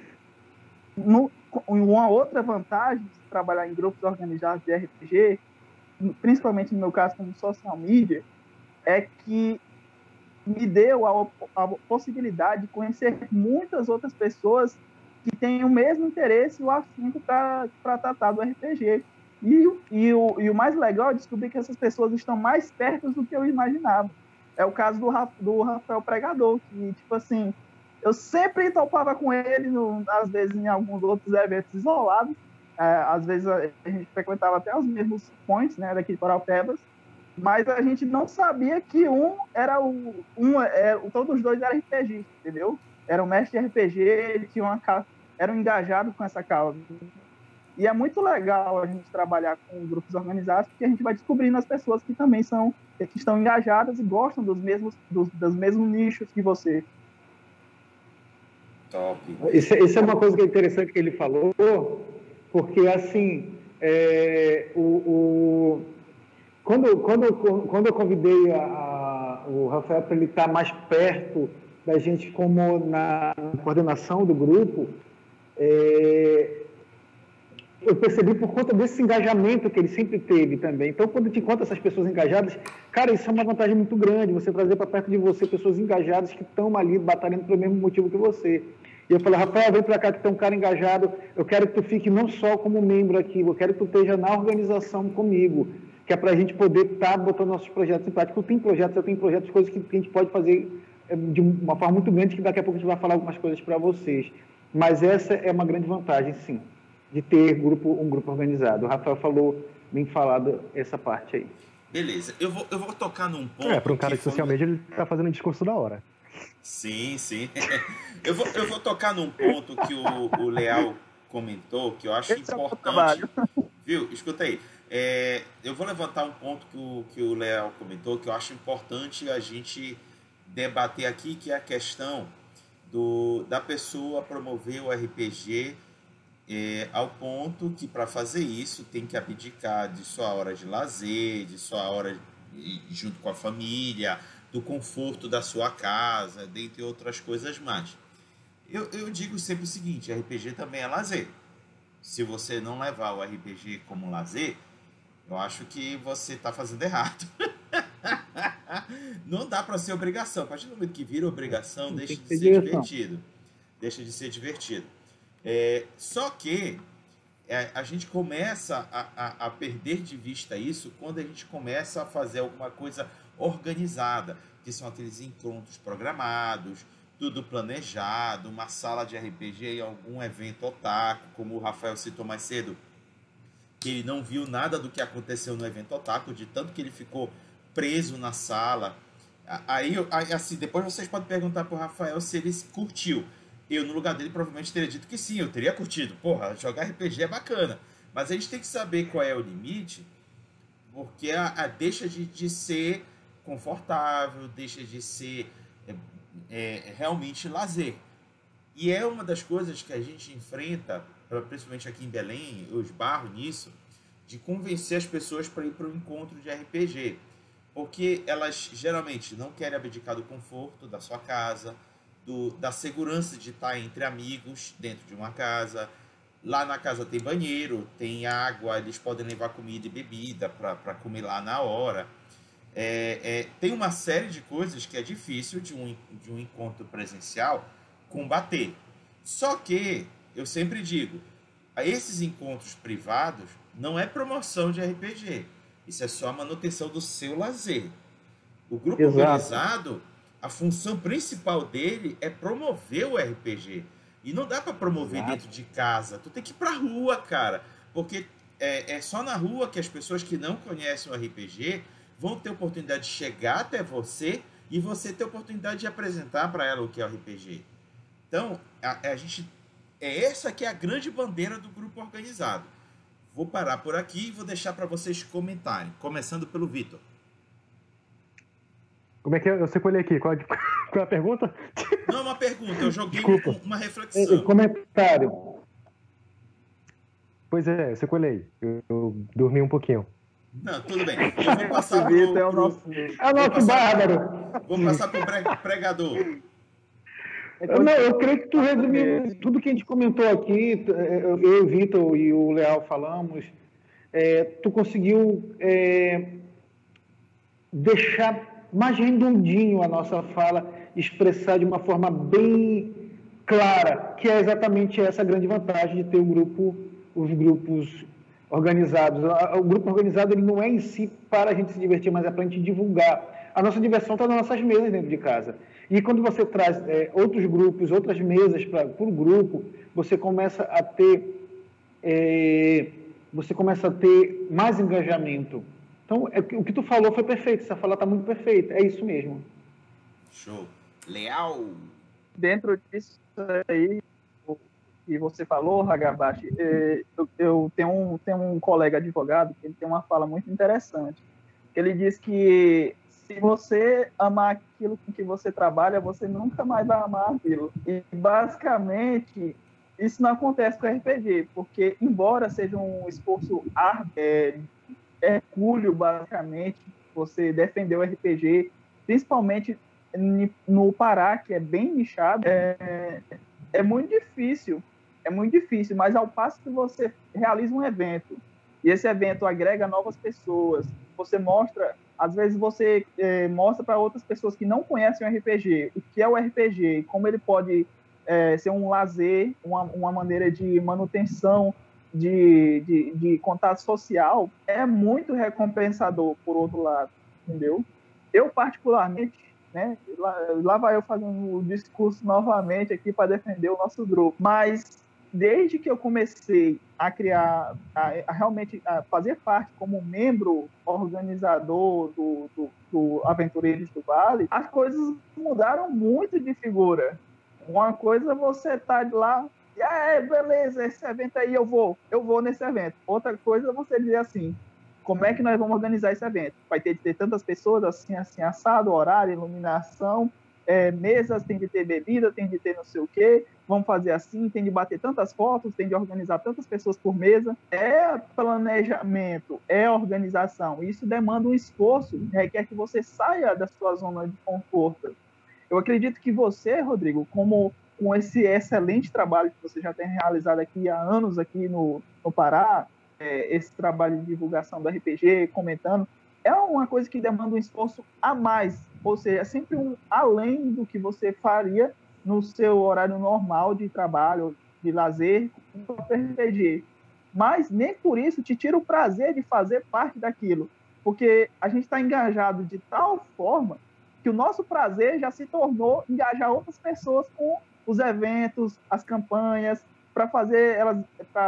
uma outra vantagem de trabalhar em grupos organizados de RPG, principalmente no meu caso como social media, é que me deu a possibilidade de conhecer muitas outras pessoas que têm o mesmo interesse e o afinco para tratar do RPG. E o mais legal é descobrir que essas pessoas estão mais perto do que eu imaginava. É o caso do Rafael Pregador, que, tipo assim, eu sempre topava com ele, às vezes em alguns outros eventos isolados, às vezes a gente frequentava até os mesmos points, né, daqui de Paraupebas, mas a gente não sabia que todos os dois eram RPG, entendeu? Era um mestre de RPG, ele era engajado com essa causa. E é muito legal a gente trabalhar com grupos organizados, porque a gente vai descobrindo as pessoas que também que estão engajadas e gostam dos mesmos nichos que você. Top. Isso é uma coisa que é interessante que ele falou, porque assim, quando eu convidei o Rafael para ele estar mais perto da gente como na coordenação do grupo, eu percebi por conta desse engajamento que ele sempre teve também. Então, quando te encontra essas pessoas engajadas, cara, isso é uma vantagem muito grande, você trazer para perto de você pessoas engajadas que estão ali batalhando pelo mesmo motivo que você. E eu falei, Rafael, vem para cá que tem um cara engajado, eu quero que tu fique não só como membro aqui, eu quero que tu esteja na organização comigo, que é para a gente poder estar botando nossos projetos em prática. Tu tem projetos, eu tenho projetos, coisas que a gente pode fazer de uma forma muito grande, que daqui a pouco a gente vai falar algumas coisas para vocês. Mas essa é uma grande vantagem, sim, de ter um grupo organizado. O Rafael falou, bem falado essa parte aí. Beleza, eu vou tocar num ponto... para um cara de social media, ele tá fazendo um discurso da hora. Sim. eu vou tocar num ponto que o Leal comentou, que eu acho importante. Viu? Escuta aí. Eu vou levantar um ponto que o Leal comentou, que eu acho importante a gente debater aqui, que é a questão da pessoa promover o RPG ao ponto que, para fazer isso, tem que abdicar de sua hora de lazer, de sua hora junto com a família, do conforto da sua casa, dentre outras coisas mais. Eu digo sempre o seguinte, RPG também é lazer. Se você não levar o RPG como lazer, eu acho que você está fazendo errado. Não dá para ser obrigação. A partir do momento que vira obrigação, deixa de ser divertido. Deixa de ser divertido. Só que a gente começa a perder de vista isso quando a gente começa a fazer alguma coisa organizada, que são aqueles encontros programados, tudo planejado, uma sala de RPG em algum evento otaku, como o Rafael citou mais cedo, que ele não viu nada do que aconteceu no evento otaku, de tanto que ele ficou preso na sala. Aí assim, depois vocês podem perguntar para o Rafael se ele curtiu. Eu, no lugar dele, provavelmente teria dito que sim, eu teria curtido. Porra, jogar RPG é bacana. Mas a gente tem que saber qual é o limite, porque deixa de ser confortável, deixa de ser realmente lazer. E é uma das coisas que a gente enfrenta, principalmente aqui em Belém, eu esbarro nisso, de convencer as pessoas para ir para um encontro de RPG. Porque elas geralmente não querem abdicar do conforto da sua casa, da segurança de estar entre amigos dentro de uma casa. Lá na casa tem banheiro, tem água, eles podem levar comida e bebida para comer lá na hora. Tem uma série de coisas que é difícil de um encontro presencial combater. Só que, eu sempre digo, esses encontros privados não é promoção de RPG. Isso é só a manutenção do seu lazer. O grupo organizado, a função principal dele é promover o RPG. E não dá para promover dentro de casa. Tu tem que ir pra rua, cara. Porque é só na rua que as pessoas que não conhecem o RPG vão ter oportunidade de chegar até você e você ter oportunidade de apresentar para ela o que é o RPG. Então, essa que é a grande bandeira do grupo organizado. Vou parar por aqui e vou deixar para vocês comentarem. Começando pelo Vitor. Como é que é? Eu separei aqui. Qual é a pergunta? Não é uma pergunta, eu joguei uma reflexão. Comentário. Pois é, eu separei. Eu dormi um pouquinho. Não, tudo bem. Eu vou passar É o nosso bárbaro. Vou passar para o pregador. Não, eu creio que tu resumiu tudo que a gente comentou aqui, eu, o Vitor e o Leal falamos, tu conseguiu deixar mais redondinho a nossa fala, expressar de uma forma bem clara, que é exatamente essa grande vantagem de ter os grupos organizados. O grupo organizado ele não é em si para a gente se divertir, mas é para a gente divulgar. A nossa diversão está nas nossas mesas dentro de casa. E quando você traz outros grupos, outras mesas para o grupo, você começa a ter mais engajamento. Então, o que tu falou foi perfeito, essa fala está muito perfeita, é isso mesmo. Show. Leal. Dentro disso aí, que você falou, Hagabashi, eu tenho um colega advogado que ele tem uma fala muito interessante. Ele diz que se você amar aquilo com que você trabalha, você nunca mais vai amar aquilo. E, basicamente, isso não acontece com RPG, porque, embora seja um esforço árduo, hercúleo, basicamente, você defender o RPG, principalmente no Pará, que é bem nichado, é muito difícil. É muito difícil, mas ao passo que você realiza um evento, e esse evento agrega novas pessoas, você mostra, às vezes você mostra para outras pessoas que não conhecem o RPG, o que é o RPG, como ele pode ser um lazer, uma maneira de manutenção, de contato social, é muito recompensador, por outro lado, entendeu? Eu, particularmente, né, lá vai eu fazendo o discurso novamente aqui para defender o nosso grupo, mas desde que eu comecei a criar, realmente a fazer parte como membro organizador do Aventureiros do Vale, as coisas mudaram muito de figura. Uma coisa você tá lá, beleza, esse evento aí eu vou nesse evento. Outra coisa você dizer assim, como é que nós vamos organizar esse evento? Vai ter de ter tantas pessoas, assim, assado, horário, iluminação, mesas, tem de ter bebida, tem de ter não sei o quê, vamos fazer assim, tem de bater tantas fotos, tem de organizar tantas pessoas por mesa. É planejamento, é organização. Isso demanda um esforço, requer que você saia da sua zona de conforto. Eu acredito que você, Rodrigo, com esse excelente trabalho que você já tem realizado aqui há anos aqui no Pará, esse trabalho de divulgação do RPG, comentando, é uma coisa que demanda um esforço a mais, ou seja, é sempre um além do que você faria no seu horário normal de trabalho, de lazer, com o RPG. Mas nem por isso te tira o prazer de fazer parte daquilo, porque a gente está engajado de tal forma que o nosso prazer já se tornou engajar outras pessoas com os eventos, as campanhas, para fazer elas,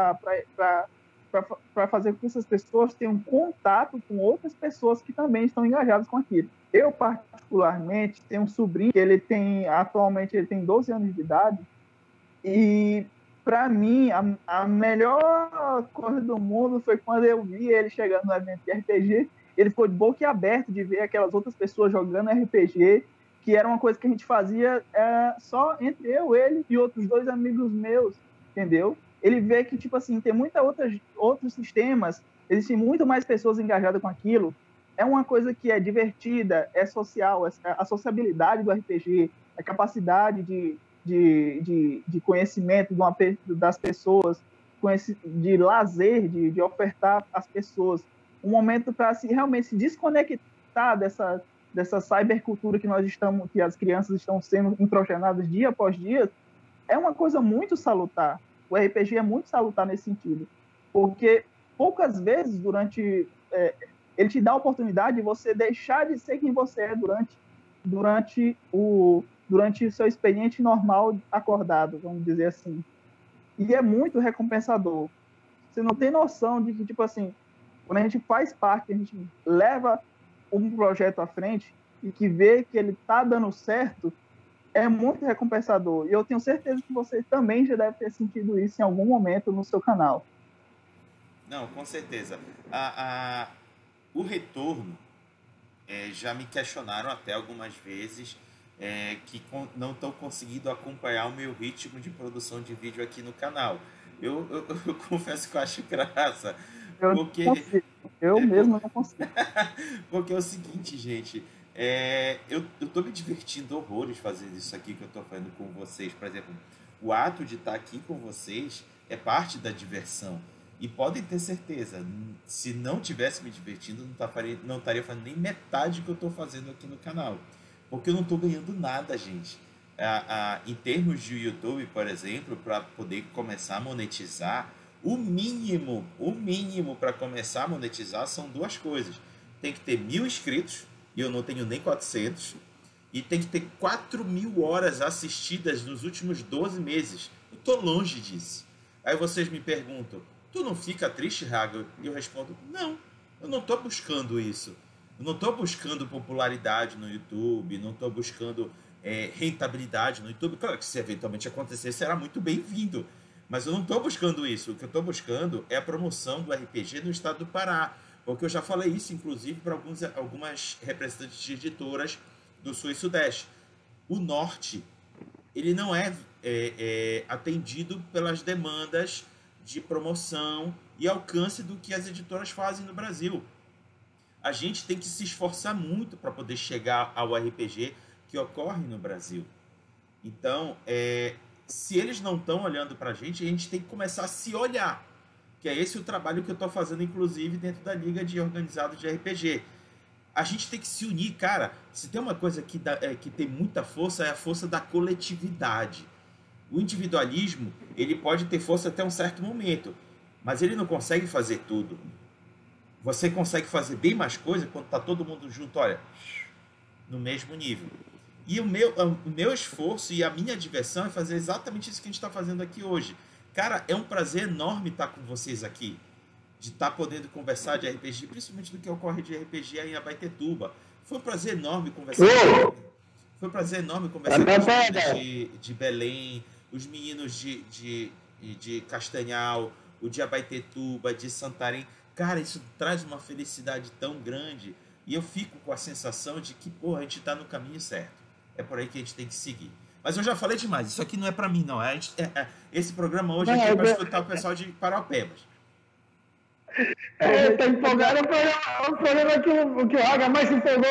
para fazer com que essas pessoas tenham contato com outras pessoas que também estão engajadas com aquilo. Eu, particularmente, tenho um sobrinho que atualmente ele tem 12 anos de idade, e para mim, a melhor coisa do mundo foi quando eu vi ele chegando no evento de RPG, ele ficou de boca aberta de ver aquelas outras pessoas jogando RPG, que era uma coisa que a gente fazia só entre eu, ele e outros 2 amigos meus, entendeu? Ele vê que, tipo assim, tem outros sistemas, existem muito mais pessoas engajadas com aquilo, é uma coisa que é divertida, é social, a sociabilidade do RPG, a capacidade de conhecimento das pessoas, de lazer, de ofertar às pessoas um momento para realmente se desconectar dessa cybercultura que as crianças estão sendo introjenadas dia após dia, é uma coisa muito salutar. O RPG é muito salutar nesse sentido, porque poucas vezes ele te dá a oportunidade de você deixar de ser quem você é durante o seu expediente normal acordado, vamos dizer assim. E é muito recompensador. Você não tem noção de que, tipo assim, quando a gente faz parte, a gente leva um projeto à frente e que vê que ele está dando certo, é muito recompensador. E eu tenho certeza que você também já deve ter sentido isso em algum momento no seu canal. Não, com certeza. O retorno, já me questionaram até algumas vezes que não estão conseguindo acompanhar o meu ritmo de produção de vídeo aqui no canal. Eu confesso que eu acho graça. Eu mesmo não consigo. Porque é o seguinte, gente, eu tô me divertindo horrores fazendo isso aqui que eu tô fazendo com vocês. Por exemplo, o ato de estar aqui com vocês é parte da diversão. E podem ter certeza, se não tivesse me divertindo, não estaria fazendo nem metade do que eu estou fazendo aqui no canal. Porque eu não estou ganhando nada, gente. Em termos de YouTube, por exemplo, para poder começar a monetizar, o mínimo para começar a monetizar são 2 coisas. Tem que ter 1.000 inscritos, e eu não tenho nem 400, e tem que ter 4.000 horas assistidas nos últimos 12 meses. Eu estou longe disso. Aí vocês me perguntam, tu não fica triste, Raga? E eu respondo, não, eu não estou buscando isso. Eu não estou buscando popularidade no YouTube, não estou buscando rentabilidade no YouTube. Claro que se eventualmente acontecer, será muito bem-vindo. Mas eu não estou buscando isso. O que eu estou buscando é a promoção do RPG no estado do Pará. Porque eu já falei isso, inclusive, para algumas representantes de editoras do Sul e Sudeste. O Norte, ele não é atendido pelas demandas de promoção e alcance do que as editoras fazem no Brasil. A gente tem que se esforçar muito para poder chegar ao RPG que ocorre no Brasil. Então, se eles não estão olhando para a gente tem que começar a se olhar. Que é esse o trabalho que eu estou fazendo, inclusive, dentro da Liga de Organizados de RPG. A gente tem que se unir, cara. Se tem uma coisa que tem muita força, é a força da coletividade. O individualismo, ele pode ter força até um certo momento, mas ele não consegue fazer tudo. Você consegue fazer bem mais coisa quando está todo mundo junto, olha, no mesmo nível. E o meu esforço e a minha diversão é fazer exatamente isso que a gente está fazendo aqui hoje. Cara, é um prazer enorme estar com vocês aqui. De estar podendo conversar de RPG, principalmente do que ocorre de RPG aí em Abaetetuba. Foi um prazer enorme conversar com os meninos de Belém, os meninos de Castanhal, o de Abaetetuba, de Santarém. Cara, isso traz uma felicidade tão grande. E eu fico com a sensação de que, porra, a gente está no caminho certo. É por aí que a gente tem que seguir. Mas eu já falei demais. Isso aqui não é para mim, não. Esse programa hoje aqui é para escutar o pessoal de Paraupebas. Tá empolgado, o programa que o Raga mais se empolgou.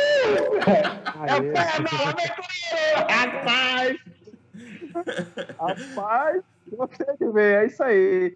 Rapaz, você que vê, é isso aí.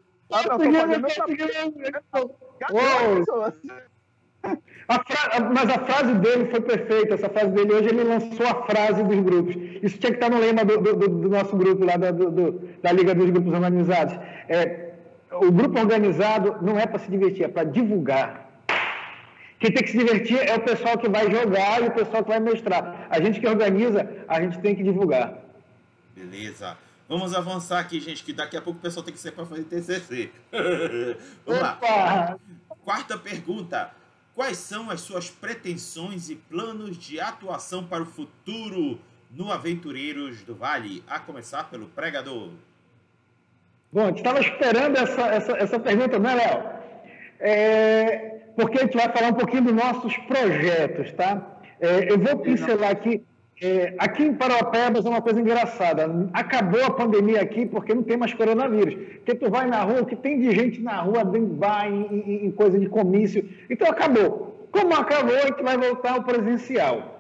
Mas a frase dele foi perfeita. Essa frase dele, hoje ele lançou a frase dos grupos. Isso tinha que estar no lema do nosso grupo lá, da Liga dos Grupos Organizados. O grupo organizado não é para se divertir, é para divulgar. Quem tem que se divertir é o pessoal que vai jogar e o pessoal que vai mestrar. A gente que organiza, a gente tem que divulgar. Beleza. Vamos avançar aqui, gente, que daqui a pouco o pessoal tem que ser para fazer TCC. Vamos lá. Quarta pergunta. Quais são as suas pretensões e planos de atuação para o futuro no Aventureiros do Vale? A começar pelo pregador. Bom, a gente estava esperando essa pergunta, né, Léo? Porque a gente vai falar um pouquinho dos nossos projetos, tá? Eu vou pincelar aqui. Aqui em Paraupebas é uma coisa engraçada. Acabou a pandemia aqui porque não tem mais coronavírus. Porque tu vai na rua, o que tem de gente na rua, dentro de bar, em coisa de comício. Então acabou. Como acabou, a gente vai voltar ao presencial.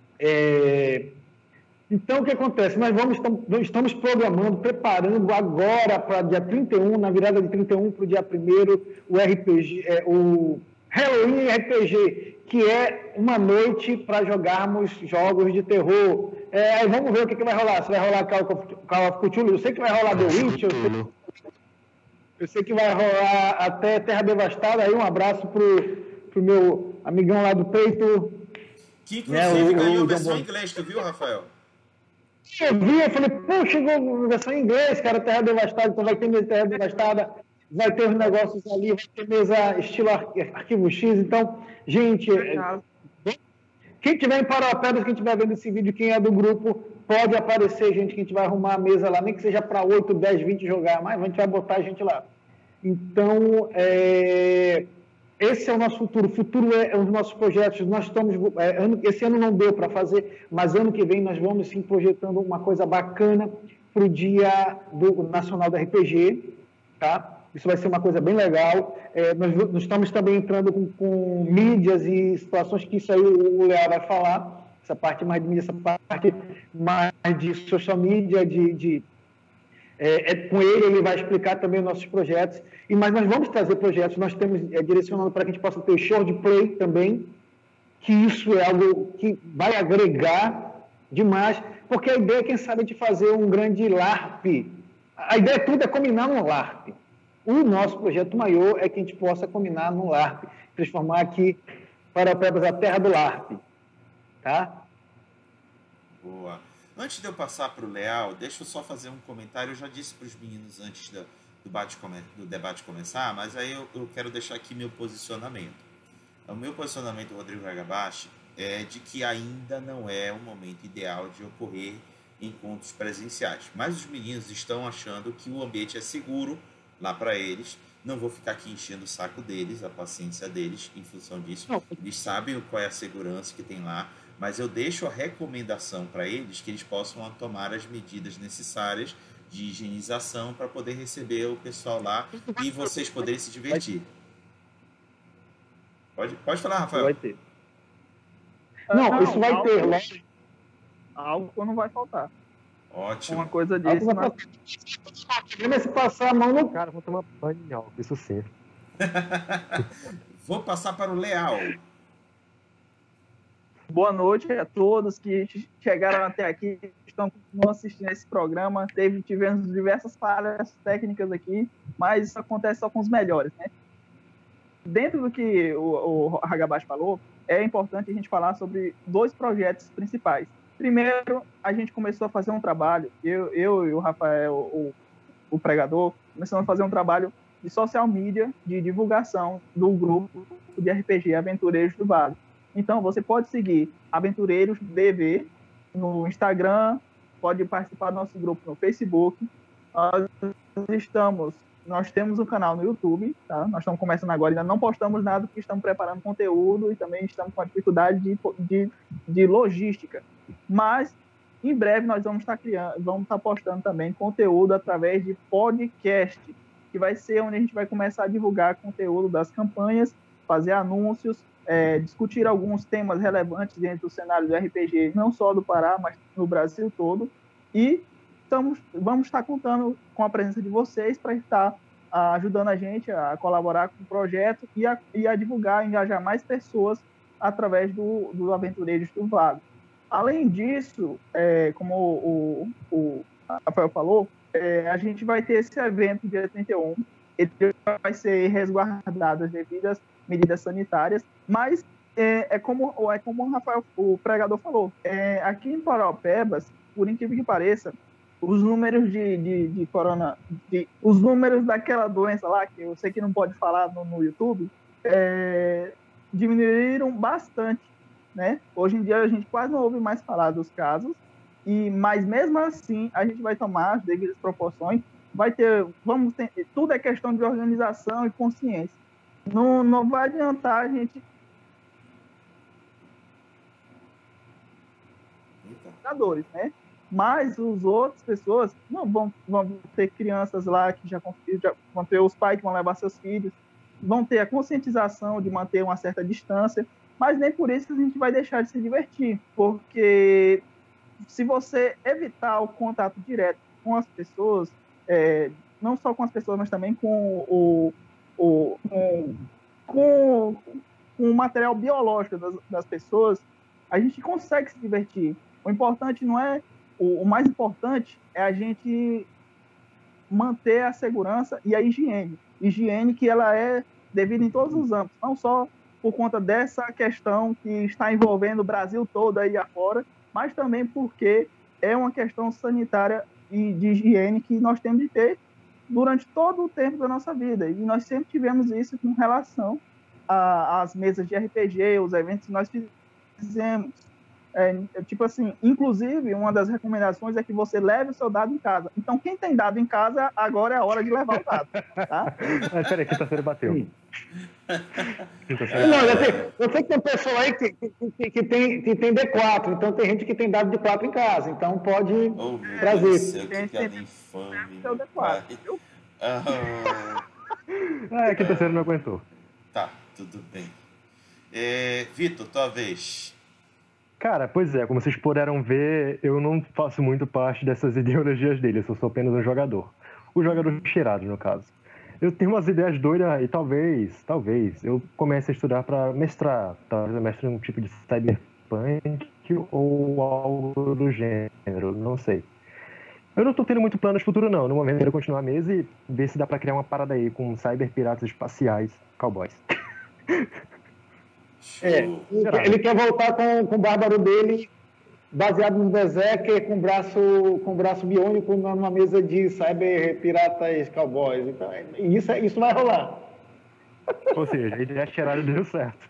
Então, o que acontece? Nós estamos programando, preparando agora para dia 31, na virada de 31 para o dia 1º, o RPG, o Halloween RPG, que é uma noite para jogarmos jogos de terror. Aí vamos ver o que vai rolar. Se vai rolar Call of Cthulhu, eu sei que vai rolar The Witch, eu sei que vai rolar até Terra Devastada. Aí um abraço pro meu amigão lá do peito. Que inclusive ganhou versão em inglês, tu viu, Rafael? Eu falei, pô, chegou versão em inglês, cara, Terra Devastada, então vai ter mesa Terra Devastada, vai ter os negócios ali, vai ter mesa estilo Arquivo X, então, gente, quem tiver em Paraupebas, quem estiver vendo esse vídeo, quem é do grupo, pode aparecer, gente, que a gente vai arrumar a mesa lá, nem que seja para 8, 10, 20 jogar, mas a gente vai botar a gente lá. Então, esse é o nosso futuro. O futuro é um dos nossos projetos. Nós estamos. Esse ano não deu para fazer, mas ano que vem nós vamos sim projetando uma coisa bacana para o Dia Nacional do RPG. Tá? Isso vai ser uma coisa bem legal. Nós estamos também entrando com mídias e situações que isso aí o Léo vai falar. Essa parte mais de mídia, essa parte mais de social media, com ele vai explicar também os nossos projetos, mas nós vamos trazer projetos, nós temos direcionando para que a gente possa ter show de play também, que isso é algo que vai agregar demais, porque a ideia, quem sabe, é de fazer um grande LARP. A ideia tudo é combinar num LARP. O nosso projeto maior é que a gente possa combinar num LARP, transformar aqui Paraupebas a terra do LARP. Tá? Boa. Antes de eu passar para o Leal, deixa eu só fazer um comentário. Eu já disse para os meninos antes do debate começar, mas aí eu quero deixar aqui meu posicionamento. O meu posicionamento, Rodrigo Ragabashi, é de que ainda não é o momento ideal de ocorrer encontros presenciais. Mas os meninos estão achando que o ambiente é seguro lá para eles. Não vou ficar aqui enchendo o saco deles, a paciência deles, em função disso. Eles sabem qual é a segurança que tem lá, mas eu deixo a recomendação para eles que eles possam tomar as medidas necessárias de higienização para poder receber o pessoal lá e vocês poderem se divertir. Pode falar, Rafael. Vai ter. Não, isso vai ter, lógico. Álcool não vai faltar. Ótimo. Uma coisa disso. Mas se passar a mão no Cara, vou tomar banho em álcool, isso sim. Vou passar para o Leal. Boa noite a todos que chegaram até aqui, estão assistindo esse programa. Tivemos diversas falhas técnicas aqui, mas isso acontece só com os melhores, né? Dentro do que o Hagabashi falou, é importante a gente falar sobre 2 projetos principais. Primeiro, a gente começou a fazer um trabalho, eu e o Rafael, o pregador, começamos a fazer um trabalho de social media, de divulgação do grupo de RPG Aventureiros do Vale. Então, você pode seguir Aventureiros BV no Instagram, pode participar do nosso grupo no Facebook. Nós temos um canal no YouTube, tá? Nós estamos começando agora, ainda não postamos nada porque estamos preparando conteúdo e também estamos com a dificuldade de logística. Mas, em breve, nós vamos estar postando também conteúdo através de podcast, que vai ser onde a gente vai começar a divulgar conteúdo das campanhas, fazer anúncios, discutir alguns temas relevantes dentro do cenário do RPG, não só do Pará, mas no Brasil todo. E vamos estar contando com a presença de vocês para estar ajudando a gente a colaborar com o projeto e a divulgar, engajar mais pessoas através do Aventureiros do Vale. Além disso, como o Rafael falou, a gente vai ter esse evento dia 31, ele vai ser resguardado as devidas medidas sanitárias, mas como o Rafael, o pregador, falou, aqui em Paraupebas, por incrível que pareça, os números de corona, os números daquela doença lá, que eu sei que não pode falar no YouTube, diminuíram bastante, né? Hoje em dia a gente quase não ouve mais falar dos casos, mas mesmo assim a gente vai tomar as devidas proporções, tudo é questão de organização e consciência. Não vai adiantar a gente né? Mas as outras pessoas não vão ter crianças lá que já vão ter os pais que vão levar seus filhos, vão ter a conscientização de manter uma certa distância, mas nem por isso a gente vai deixar de se divertir, porque se você evitar o contato direto com as pessoas, não só com as pessoas, mas também com o material biológico das pessoas, a gente consegue se divertir. O importante não é o mais importante é a gente manter a segurança e a higiene. Higiene que ela é devida em todos os âmbitos, não só por conta dessa questão que está envolvendo o Brasil todo aí afora, mas também porque é uma questão sanitária e de higiene que nós temos de ter durante todo o tempo da nossa vida. E nós sempre tivemos isso com relação às mesas de RPG, os eventos que nós fizemos. Tipo assim, inclusive, uma das recomendações é que você leve o seu dado em casa. Então, quem tem dado em casa, agora é a hora de levar o dado, tá? Peraí, quinta-feira bateu. Eu sei que tem pessoa aí que tem D4, então tem gente que tem dado de 4 em casa, então pode trazer. Que piada infame. Seu D4, viu? Quinta-feira não aguentou. Tá, tudo bem. Vitor, tua vez. Cara, pois é, como vocês puderam ver, eu não faço muito parte dessas ideologias dele, eu sou apenas um jogador. O jogador cheirado, no caso. Eu tenho umas ideias doidas e talvez, eu comece a estudar para mestrar. Talvez eu mestre um tipo de cyberpunk ou algo do gênero, não sei. Eu não tô tendo muito planos futuro, não. No momento eu quero continuar a mesa e ver se dá pra criar uma parada aí com cyberpiratas espaciais cowboys. Ele quer voltar com o bárbaro dele baseado no Berserker com braço biônico numa mesa de cyber piratas cowboys. Então, isso vai rolar. Ou seja, a ideia cheirada deu certo.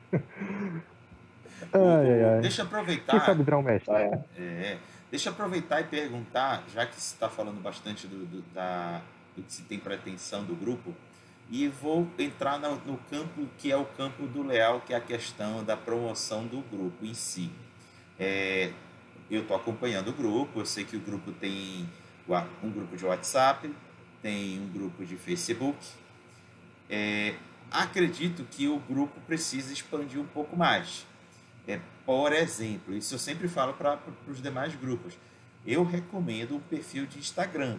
Deixa eu aproveitar. Quem sabe virar um mestre? Deixa eu aproveitar e perguntar, já que você está falando bastante do que se tem pretensão do grupo, e vou entrar no campo que é o campo do Leal, que é a questão da promoção do grupo em si. Eu estou acompanhando o grupo, eu sei que o grupo tem um grupo de WhatsApp, tem um grupo de Facebook. acredito que o grupo precisa expandir um pouco mais. Por exemplo, isso eu sempre falo para os demais grupos. Eu recomendo um perfil de Instagram.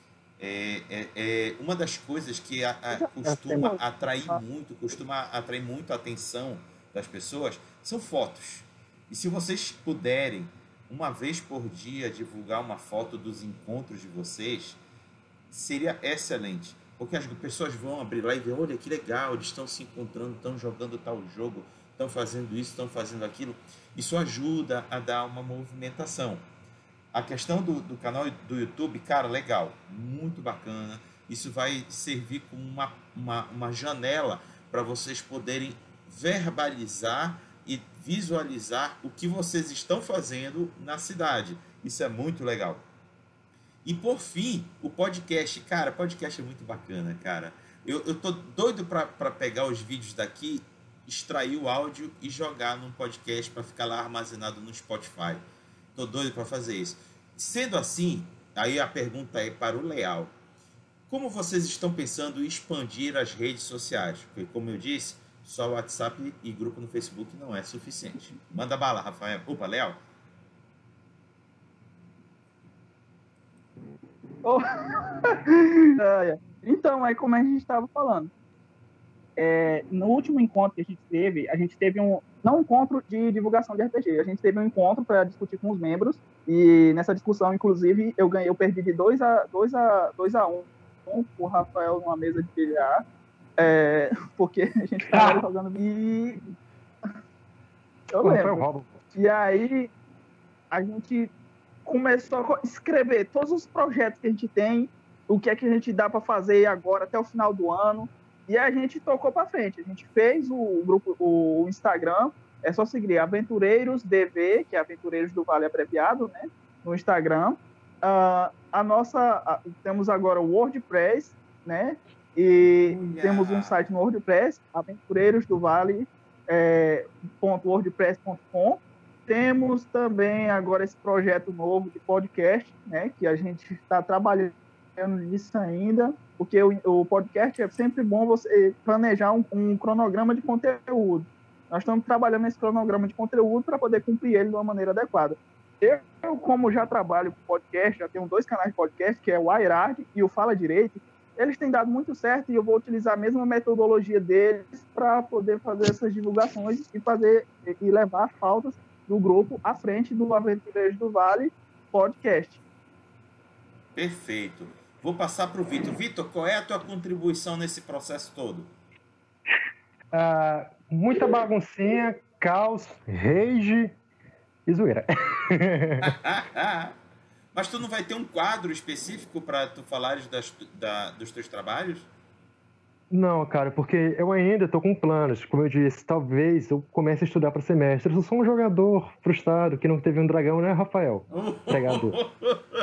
Uma das coisas que costuma atrair muito a atenção das pessoas são fotos. E se vocês puderem, uma vez por dia, divulgar uma foto dos encontros de vocês, seria excelente. Porque as pessoas vão abrir lá e ver, olha que legal, eles estão se encontrando, estão jogando tal jogo, estão fazendo isso, estão fazendo aquilo. Isso ajuda a dar uma movimentação. A questão do canal do YouTube, cara, legal, muito bacana. Isso vai servir como uma janela para vocês poderem verbalizar e visualizar o que vocês estão fazendo na cidade. Isso é muito legal. E por fim, o podcast. Cara, podcast é muito bacana, cara. Eu tô doido para pegar os vídeos daqui, extrair o áudio e jogar num podcast para ficar lá armazenado no Spotify. Tô doido para fazer isso. Sendo assim, aí a pergunta é para o Leal. Como vocês estão pensando em expandir as redes sociais? Porque, como eu disse, só o WhatsApp e grupo no Facebook não é suficiente. Manda bala, Rafael. Opa, Leal. Então, aí como a gente estava falando, no último encontro que a gente teve não um encontro de divulgação de RPG, a gente teve um encontro para discutir com os membros, e nessa discussão, inclusive, eu perdi de 2-1 com o Rafael numa mesa de bilhar, porque a gente estava jogando e eu lembro. E aí a gente começou a escrever todos os projetos que a gente tem, o que é que a gente dá para fazer agora até o final do ano. E a gente tocou para frente. A gente fez o grupo, o Instagram. É só seguir Aventureiros DV, que é Aventureiros do Vale abreviado, né? No Instagram. Temos agora o WordPress, né? E temos um site no WordPress, aventureirosdovale.wordpress.com. Temos também agora esse projeto novo de podcast, né? Que a gente está trabalhando nisso ainda, porque o podcast é sempre bom você planejar um cronograma de conteúdo. Nós estamos trabalhando nesse cronograma de conteúdo para poder cumprir ele de uma maneira adequada. Eu, como já trabalho com podcast, já tenho 2 canais de podcast, que é o Airard e o Fala Direito, eles têm dado muito certo e eu vou utilizar a mesma metodologia deles para poder fazer essas divulgações e levar as pautas do grupo à frente do Aventureiros do Vale podcast. Perfeito. Vou passar para o Vitor. Vitor, qual é a tua contribuição nesse processo todo? Muita baguncinha, caos, rage e zoeira. Mas tu não vai ter um quadro específico para tu falares dos teus trabalhos? Não, cara, porque eu ainda tô com planos. Como eu disse, talvez eu comece a estudar para semestre. Eu sou um jogador frustrado que não teve um dragão, né, Rafael? Pregador.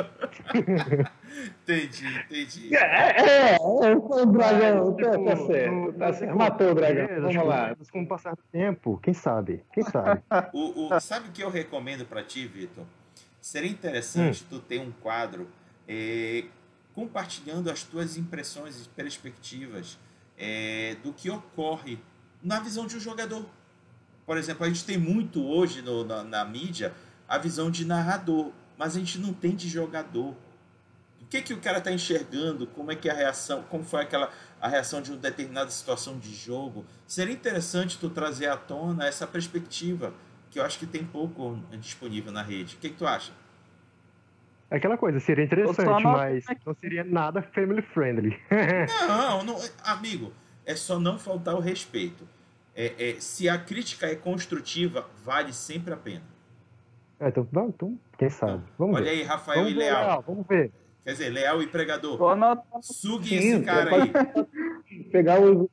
Entendi. Foi um dragão, tá certo. Tá certo. Matou o dragão. Vamos lá. Com o passar do tempo, quem sabe? Sabe o que eu recomendo para ti, Vitor? Seria interessante tu ter um quadro compartilhando as tuas impressões e perspectivas do que ocorre na visão de um jogador. Por exemplo, a gente tem muito hoje na mídia a visão de narrador, mas a gente não tem de jogador. O que o cara está enxergando? Como é que é a reação? Como foi a reação de uma determinada situação de jogo? Seria interessante tu trazer à tona essa perspectiva, que eu acho que tem pouco disponível na rede. O que tu acha? Aquela coisa, seria interessante, mas não seria nada family friendly. Não, amigo, é só não faltar o respeito. Se a crítica é construtiva, vale sempre a pena. Então quem sabe? Vamos Olha ver. aí, Rafael e Leal. Vamos ver. Quer dizer, Leal e Pregador. Sugue Sim, esse cara aí. Pegar o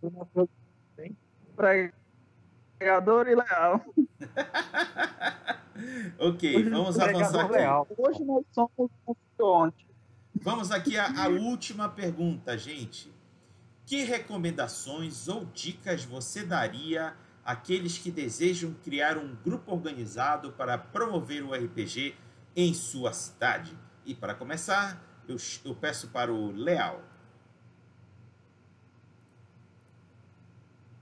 Pregador e Leal. Ok, vamos avançar aqui. Leal. Hoje nós somos ontem. Vamos aqui à última pergunta, gente. Que recomendações ou dicas você daria àqueles que desejam criar um grupo organizado para promover o RPG em sua cidade? E para começar, eu peço para o Leal.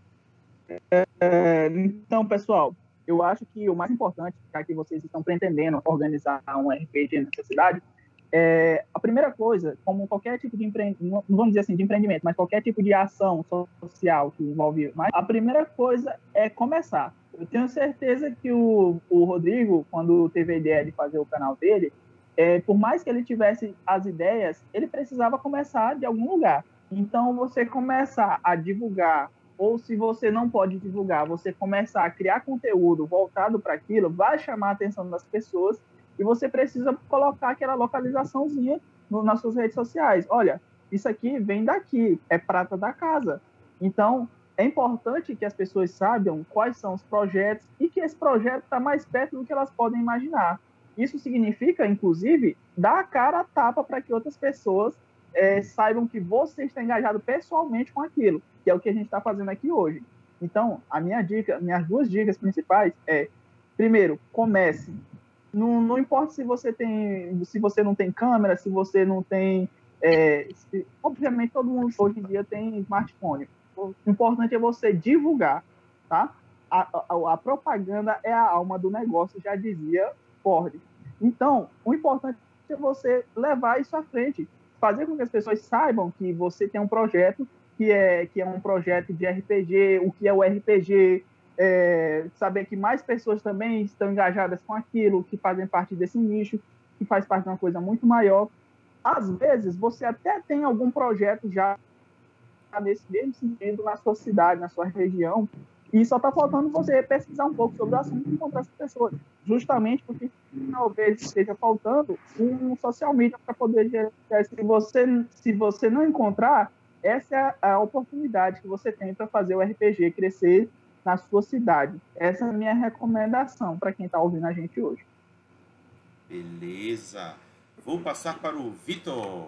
Então, pessoal, eu acho que o mais importante, já que vocês estão pretendendo organizar um RPG nessa cidade, a primeira coisa, como qualquer tipo de empreendimento, não vamos dizer assim de empreendimento, mas qualquer tipo de ação social que envolve mais, a primeira coisa é começar. Eu tenho certeza que o Rodrigo, quando teve a ideia de fazer o canal dele, por mais que ele tivesse as ideias, ele precisava começar de algum lugar. Então, você começar a divulgar, ou se você não pode divulgar, você começar a criar conteúdo voltado para aquilo, vai chamar a atenção das pessoas, e você precisa colocar aquela localizaçãozinha nas suas redes sociais. Olha, isso aqui vem daqui, é prata da casa. Então, é importante que as pessoas saibam quais são os projetos e que esse projeto está mais perto do que elas podem imaginar. Isso significa, inclusive, dar a cara a tapa para que outras pessoas saibam que você está engajado pessoalmente com aquilo, que é o que a gente está fazendo aqui hoje. Então, minhas 2 dicas principais primeiro, comece. Não importa se você não tem câmera, se você não tem... obviamente, todo mundo hoje em dia tem smartphone. O importante é você divulgar, tá? A propaganda é a alma do negócio, já dizia Ford. Então, o importante é você levar isso à frente, fazer com que as pessoas saibam que você tem um projeto que é um projeto de RPG, o que é o RPG, saber que mais pessoas também estão engajadas com aquilo, que fazem parte desse nicho, que faz parte de uma coisa muito maior. Às vezes, você até tem algum projeto já nesse mesmo sentido na sua cidade, na sua região, e só está faltando você pesquisar um pouco sobre o assunto e encontrar essas pessoas. Justamente porque talvez esteja faltando um social media para poder gerar. Se você não encontrar, essa é a oportunidade que você tem para fazer o RPG crescer na sua cidade. Essa é a minha recomendação para quem está ouvindo a gente hoje. Beleza. Vou passar para o Vitor.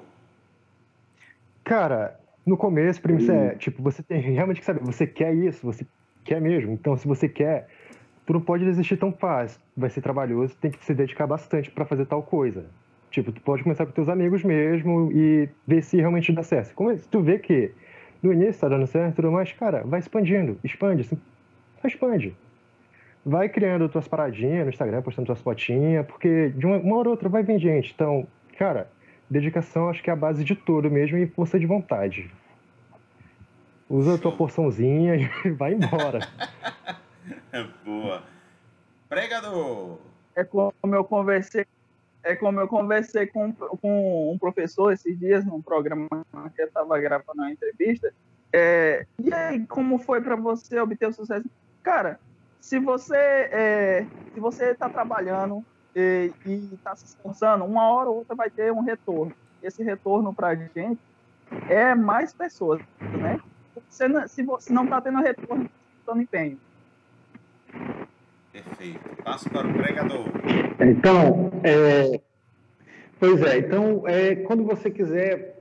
Cara, no começo, premissa tipo, você tem realmente que saber, você quer isso, você quer mesmo. Então, se você quer, tu não pode desistir tão fácil. Vai ser trabalhoso, tem que se dedicar bastante para fazer tal coisa. Tipo, tu pode começar com teus amigos mesmo e ver se realmente dá certo. Se tu vê que no início tá dando certo e tudo mais, cara, vai expandindo. Expande, assim, só expande. Vai criando tuas paradinhas no Instagram, postando tuas fotinhas, porque de uma hora ou outra vai vir gente. Então, cara, dedicação acho que é a base de tudo mesmo e força de vontade. Usa a tua porçãozinha e vai embora. Boa. Pregador! É como eu conversei com um professor esses dias num programa que eu estava gravando uma entrevista. E aí, como foi para você obter o sucesso? Cara, se você está trabalhando e está se esforçando, uma hora ou outra vai ter um retorno. Esse retorno para a gente é mais pessoas, né? Se você não está tendo retorno, está no empenho. Perfeito. Passo para o pregador. Então, quando você quiser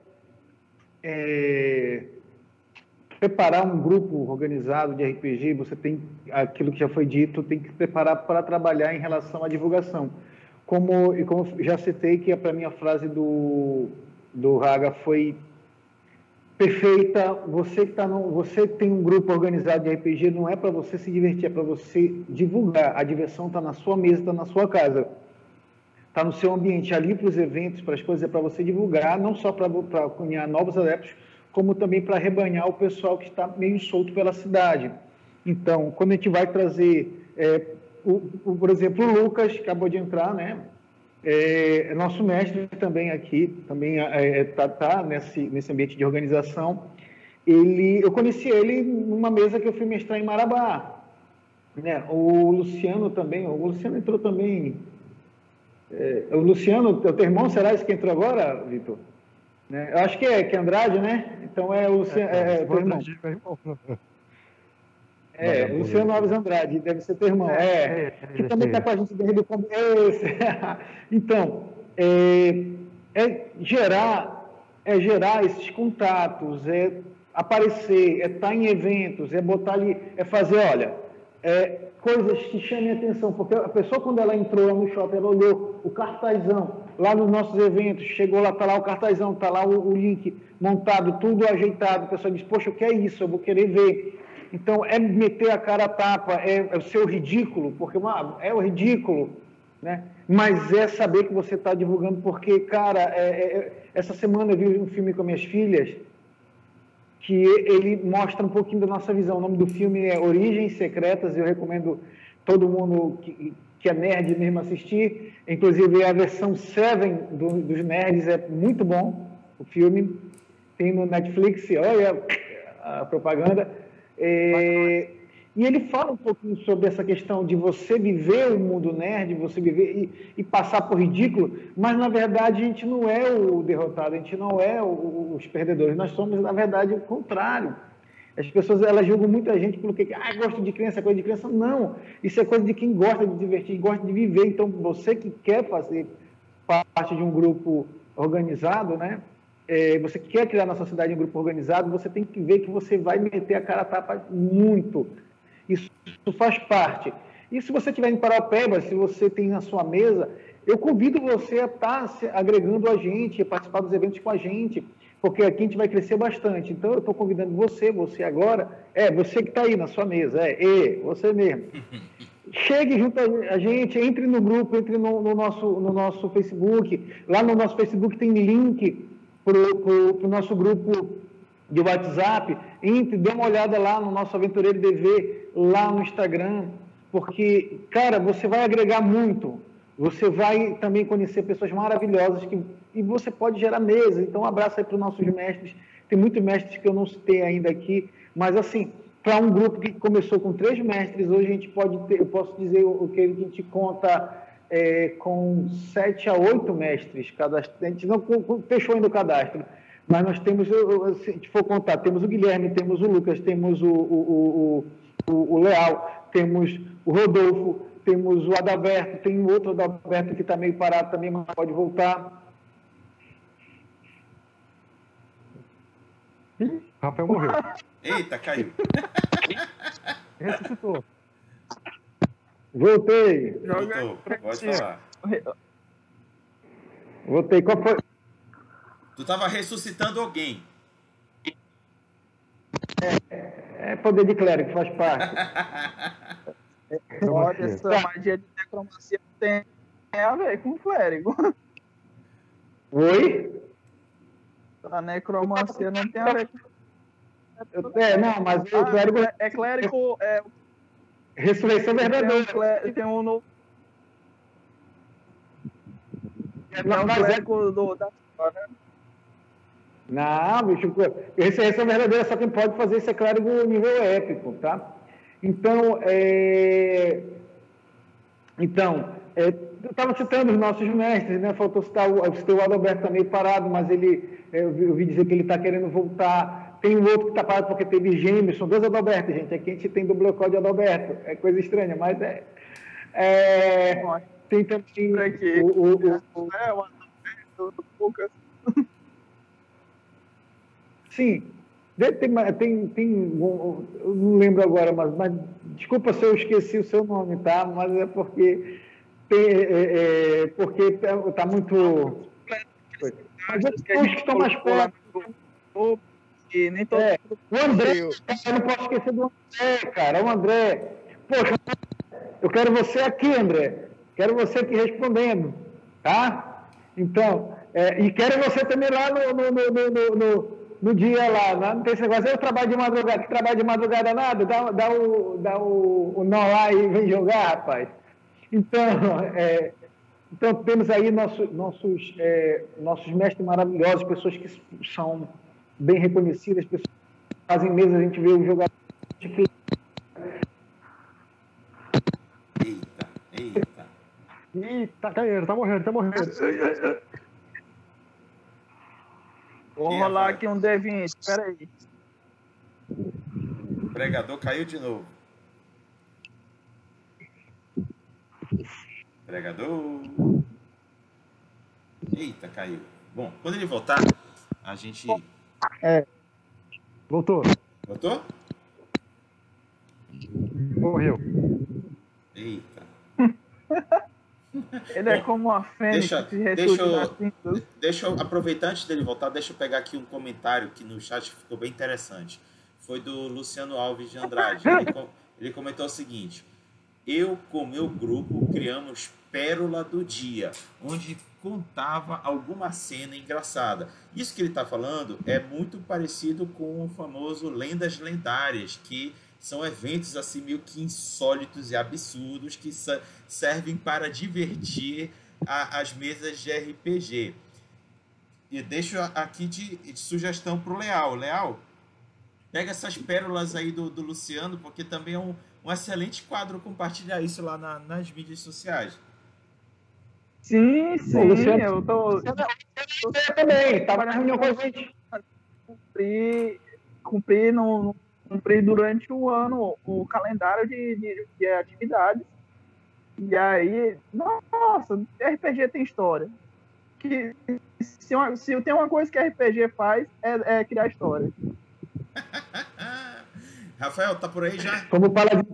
preparar um grupo organizado de RPG, você tem aquilo que já foi dito, tem que preparar para trabalhar em relação à divulgação. Como já citei, que para mim a frase do Raga foi perfeita. Você tem um grupo organizado de RPG, não é para você se divertir, é para você divulgar. A diversão está na sua mesa, está na sua casa, está no seu ambiente, ali para os eventos, para as coisas, é para você divulgar, não só para cunhar novos adeptos, como também para arrebanhar o pessoal que está meio solto pela cidade. Então, quando a gente vai trazer, por exemplo, o Lucas, que acabou de entrar, né? Nosso mestre também aqui, também tá nesse ambiente de organização. Eu conheci ele numa mesa que eu fui mestrar em Marabá, né? O Luciano entrou também. O Luciano, teu irmão, será esse que entrou agora, Vitor? Né? Eu acho que é Andrade, né? Então é o Luciano, teu irmão. Luciano Alves Andrade, deve ser teu irmão. Que também está com a gente desde o começo. Então, gerar esses contatos, aparecer, estar em eventos, botar ali, fazer, olha, coisas que chamem a atenção, porque a pessoa, quando ela entrou no shopping, ela olhou o cartazão lá nos nossos eventos, chegou lá, está lá o cartazão, está lá o link montado, tudo ajeitado, a pessoa diz, poxa, o que é isso? Eu vou querer ver. Então, é meter a cara a tapa, é ser o ridículo, porque é o ridículo, né? Mas é saber que você está divulgando, porque, cara, essa semana eu vi um filme com minhas filhas, que ele mostra um pouquinho da nossa visão. O nome do filme é Origens Secretas, eu recomendo todo mundo que é nerd mesmo assistir, inclusive a versão 7 dos nerds é muito bom, o filme, tem no Netflix, olha a propaganda, e ele fala um pouquinho sobre essa questão de você viver o mundo nerd, você viver e passar por ridículo, mas na verdade a gente não é o derrotado, a gente não é os perdedores, nós somos na verdade o contrário. As pessoas elas julgam muita gente pelo que gosto de criança, coisa de criança. Não, isso é coisa de quem gosta de divertir, gosta de viver. Então você que quer fazer parte de um grupo organizado, né? Você quer criar na sociedade um grupo organizado, você tem que ver que você vai meter a cara a tapa muito. Isso faz parte. E se você estiver em Paraupeba, se você tem na sua mesa, eu convido você a estar agregando a gente, a participar dos eventos com a gente, porque aqui a gente vai crescer bastante. Então, eu estou convidando você agora, você que está aí na sua mesa, você mesmo. Chegue junto a gente, entre no grupo, entre no nosso Facebook. Lá no nosso Facebook tem link para o nosso grupo de WhatsApp. Entre, dê uma olhada lá no nosso Aventureiro DV, lá no Instagram, porque, cara, você vai agregar muito. Você vai também conhecer pessoas maravilhosas e você pode gerar mesa. Então, um abraço aí para os nossos mestres. Tem muitos mestres que eu não citei ainda aqui, mas, assim, para um grupo que começou com 3 mestres, hoje a gente pode ter, eu posso dizer o que a gente conta com 7 a 8 mestres. A gente não fechou ainda o cadastro, mas nós temos, se a gente for contar, temos o Guilherme, temos o Lucas, temos o Leal, temos o Rodolfo, temos o Adalberto, tem um outro Adalberto que está meio parado também, mas pode voltar. Rafael morreu. Eita, caiu. Ressuscitou. Voltei. Voltou, pode falar. Voltei. Qual foi? Tu estava ressuscitando alguém. É poder de clérigo, faz parte. Olha, essa magia de necromancia tem a ver com o clérigo. Oi? A necromancia não tem a ver com... Não, mas o clérigo... É clérigo... Ressurreição verdadeira. Tem um novo... Mas clérigo da história. Não, bicho, ressurreição verdadeira só quem pode fazer isso é clérigo nível épico, tá? Então, eu estava citando os nossos mestres, né? Faltou citar o Adalberto tá meio parado, mas eu ouvi dizer que ele está querendo voltar. Tem um outro que está parado porque teve gêmeos, são 2 Adalbertos, gente. Aqui a gente tem duplo código de Adalberto, é coisa estranha, mas tem também o Lucas. Sim. Eu não lembro agora, mas desculpa se eu esqueci o seu nome, tá? Mas é porque está muito... Mas os que estão mais perto... E nem todo o André, eu não posso esquecer do André, cara. O André... Poxa, eu quero você aqui, André. Quero você aqui respondendo, tá? Então, e quero você também lá no dia lá, não tem esse negócio, eu trabalho de madrugada, que trabalho de madrugada nada, dá o nó lá e vem jogar, rapaz. Então temos aí nossos mestres maravilhosos, pessoas que são bem reconhecidas, pessoas que fazem mesas, a gente vê o jogador. Eita, caindo, tá morrendo. Vou rolar aqui um D20, peraí. O pregador caiu de novo. Pregador. Eita, caiu. Bom, quando ele voltar, a gente... Voltou. Voltou? Morreu. Eita. Ele é como uma fênix que ressurge. Deixa eu aproveitar antes dele voltar, deixa eu pegar aqui um comentário que no chat ficou bem interessante. foi do Luciano Alves de Andrade. Ele comentou o seguinte: eu com meu grupo criamos Pérola do Dia, onde contava alguma cena engraçada. Isso que ele está falando é muito parecido com o famoso Lendas Lendárias, que são eventos assim meio que insólitos e absurdos que servem para divertir as mesas de RPG. E deixo aqui de sugestão para o Leal. Leal, pega essas pérolas aí do Luciano, porque também é um excelente quadro compartilhar isso lá nas mídias sociais. Sim, Luciano, eu tô. Você também, estava na reunião com a gente. Cumpri durante o ano o calendário de atividades. E aí, nossa, RPG tem história. Que se tem uma coisa que RPG faz, é criar história. Rafael, tá por aí já? Como paladino,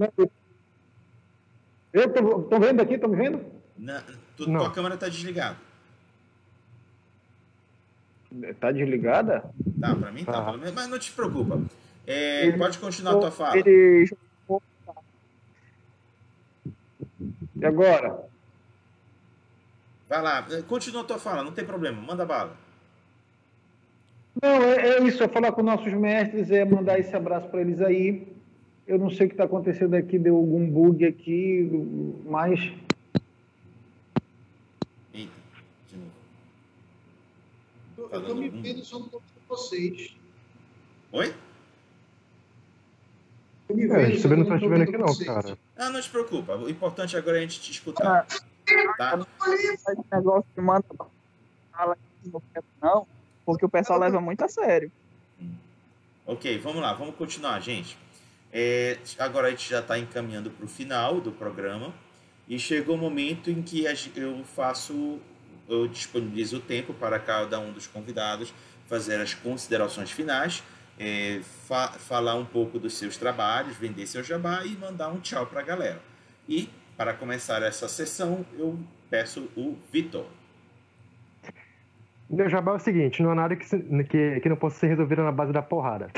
eu tô vendo aqui, estão me vendo? Tua câmera tá desligada. Tá desligada? Tá, pra mim tá. Mas não te preocupa. Pode continuar a tua fala. E agora? Vai lá, continua a tua fala, não tem problema, manda bala. Não, é isso, é falar com nossos mestres, é mandar esse abraço para eles aí. Eu não sei o que está acontecendo aqui, deu algum bug aqui, mas... Eita, de novo. Eu estou me vendo só com vocês. Oi? Você não está te vendo aqui não, cara. Ah, não te preocupa, o importante agora é a gente te escutar. Tá? Esse negócio que manda não, porque o pessoal leva muito a sério. Ok, vamos lá, vamos continuar, gente. Agora a gente já está encaminhando para o final do programa e chegou o momento em que eu disponibilizo o tempo para cada um dos convidados fazer as considerações finais, falar um pouco dos seus trabalhos, vender seu jabá e mandar um tchau para a galera. E para começar essa sessão, eu peço o Vitor. Meu jabá é o seguinte, não há nada que não possa ser resolvido na base da porrada.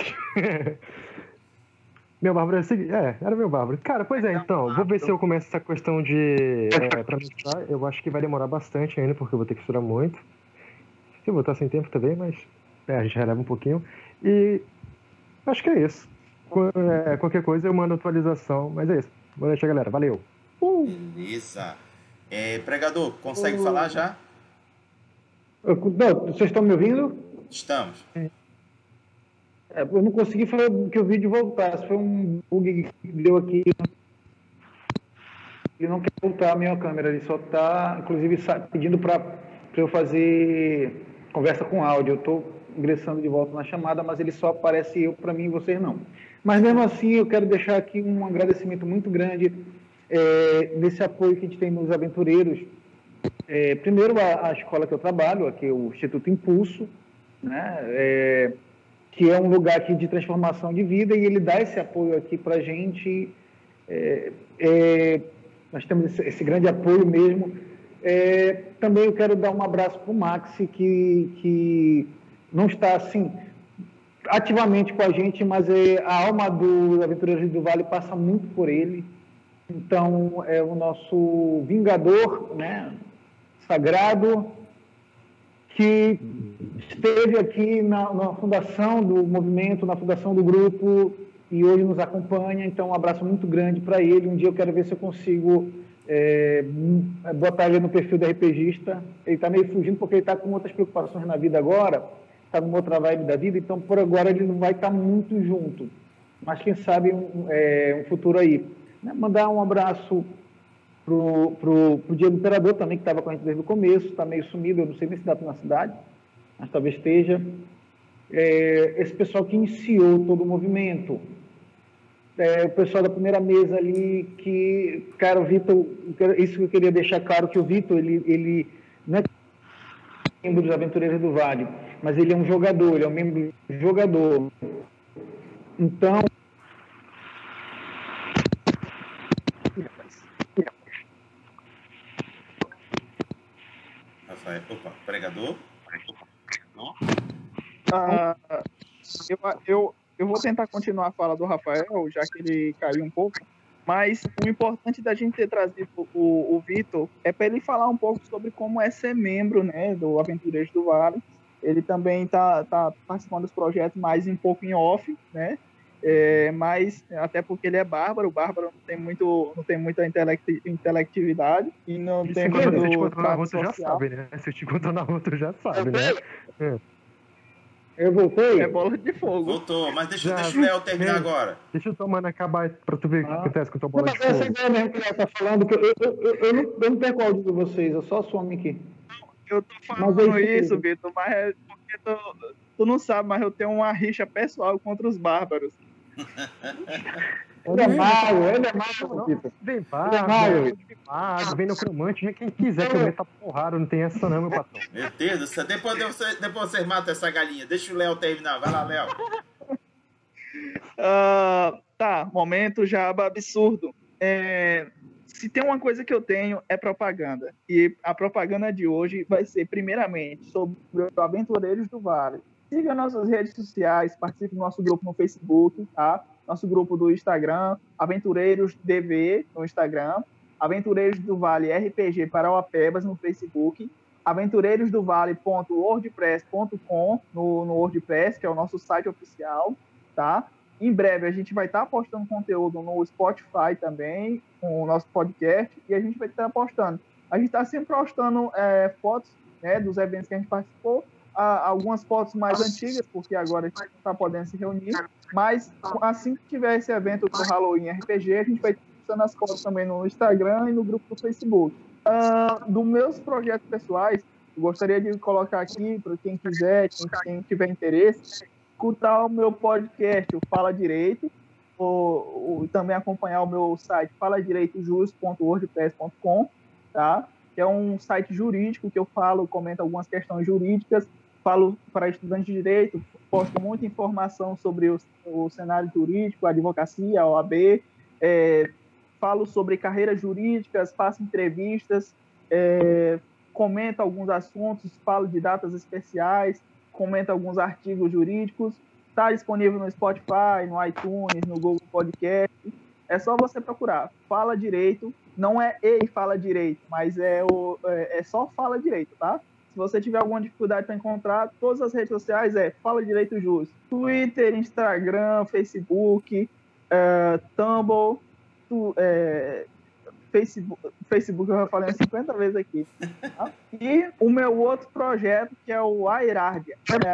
Meu bárbaro é o seguinte... era meu bárbaro. Cara, pois então, vou ver se eu começo essa questão de... pra mostrar, eu acho que vai demorar bastante ainda, porque eu vou ter que estudar muito. Se eu vou estar sem tempo também, mas a gente releva um pouquinho. E acho que é isso. Qualquer coisa eu mando atualização, mas é isso. Boa noite, galera. Valeu. Beleza. Pregador, consegue falar já? Não, vocês estão me ouvindo? Estamos. Eu não consegui fazer que o vídeo voltasse. Foi um bug que deu aqui. Ele não quer voltar a minha câmera. Ele só está, inclusive, pedindo para eu fazer conversa com áudio. Eu estou ingressando de volta na chamada, mas ele só aparece eu para mim e vocês não. Mas, mesmo assim, eu quero deixar aqui um agradecimento muito grande nesse apoio que a gente tem nos aventureiros. Primeiro, a escola que eu trabalho, aqui é o Instituto Impulso, né, que é um lugar aqui de transformação de vida, e ele dá esse apoio aqui para a gente. Nós temos esse grande apoio mesmo. Também eu quero dar um abraço para o Maxi, que não está assim ativamente com a gente, mas a alma do Aventureiros do Vale passa muito por ele. Então, é o nosso vingador, né, sagrado, que esteve aqui na fundação do movimento, na fundação do grupo, e hoje nos acompanha. Então, um abraço muito grande para ele. Um dia eu quero ver se eu consigo botar ele no perfil do RPGista. Ele está meio fugindo porque ele está com outras preocupações na vida agora, está numa outra vibe da vida, então por agora ele não vai estar muito junto. Mas quem sabe um futuro aí. Mandar um abraço pro Diego Imperador também, que estava com a gente desde o começo, está meio sumido, eu não sei nem se está na cidade, mas talvez esteja. Esse pessoal que iniciou todo o movimento, o pessoal da primeira mesa ali, que, cara, o Vitor, isso que eu queria deixar claro, que o Vitor, ele não é membro dos Aventureiros do Vale, mas ele é um jogador, ele é um membro jogador. Então, Rafael, pregador? eu vou tentar continuar a fala do Rafael, já que ele caiu um pouco, mas o importante da gente ter trazido o Vitor é para ele falar um pouco sobre como é ser membro, né, do Aventureiros do Vale. Ele também tá participando dos projetos mais um pouco em off, né? Mas até porque ele é bárbaro, o bárbaro não tem muita intelectividade e não tem muito se te encontrou na rua, tu já social. sabe, né? Se te encontrou na rua, tu já sabe, né? Eu voltei? É bola de fogo. Voltou, mas deixa o Léo terminar agora. Deixa o Tomano acabar pra tu ver o que acontece com o teu bola de Mas essa fogo. ideia mesmo que o Léo tá falando, que eu não perco o áudio de vocês, eu só some aqui. Eu tô falando isso, Vitor, mas é porque tu não sabe, mas eu tenho uma rixa pessoal contra os bárbaros. Ele é mago, Vitor. Vem mago, vem no cromante, quem quiser comer tá porrado, não tem essa não, meu patrão. Meu Deus do céu, depois vocês matam essa galinha. Deixa o Léo terminar, vai lá, Léo. Tá, momento jaba absurdo. Se tem uma coisa que eu tenho, é propaganda. E a propaganda de hoje vai ser, primeiramente, sobre o Aventureiros do Vale. Siga nossas redes sociais, participe do nosso grupo no Facebook, tá? Nosso grupo do Instagram, Aventureiros DV no Instagram, Aventureiros do Vale RPG para Parauapebas no Facebook, aventureirosdovale.wordpress.com no WordPress, que é o nosso site oficial, tá? Em breve a gente vai estar postando conteúdo no Spotify também, com o nosso podcast, e a gente vai estar postando. A gente está sempre postando fotos, né, dos eventos que a gente participou, algumas fotos mais antigas, porque agora a gente não está podendo se reunir, mas assim que tiver esse evento do Halloween RPG, a gente vai estar postando as fotos também no Instagram e no grupo do Facebook. Dos meus projetos pessoais, eu gostaria de colocar aqui, para quem quiser, quem tiver interesse, escutar o meu podcast, o Fala Direito, ou também acompanhar o meu site faladireitojus.wordpress.com, tá? Que é um site jurídico que eu comento algumas questões jurídicas, falo para estudantes de direito, posto muita informação sobre o cenário jurídico, a advocacia, a OAB, falo sobre carreiras jurídicas, faço entrevistas, comento alguns assuntos, falo de datas especiais, comenta alguns artigos jurídicos, está disponível no Spotify, no iTunes, no Google Podcast. É só você procurar. Fala Direito, não é Ei Fala Direito, mas é só Fala Direito, tá? Se você tiver alguma dificuldade para encontrar, todas as redes sociais Fala Direito Justo. Twitter, Instagram, Facebook, Tumblr, Facebook eu já falei 50 vezes aqui. Tá? E o meu outro projeto, que é o AIRARD.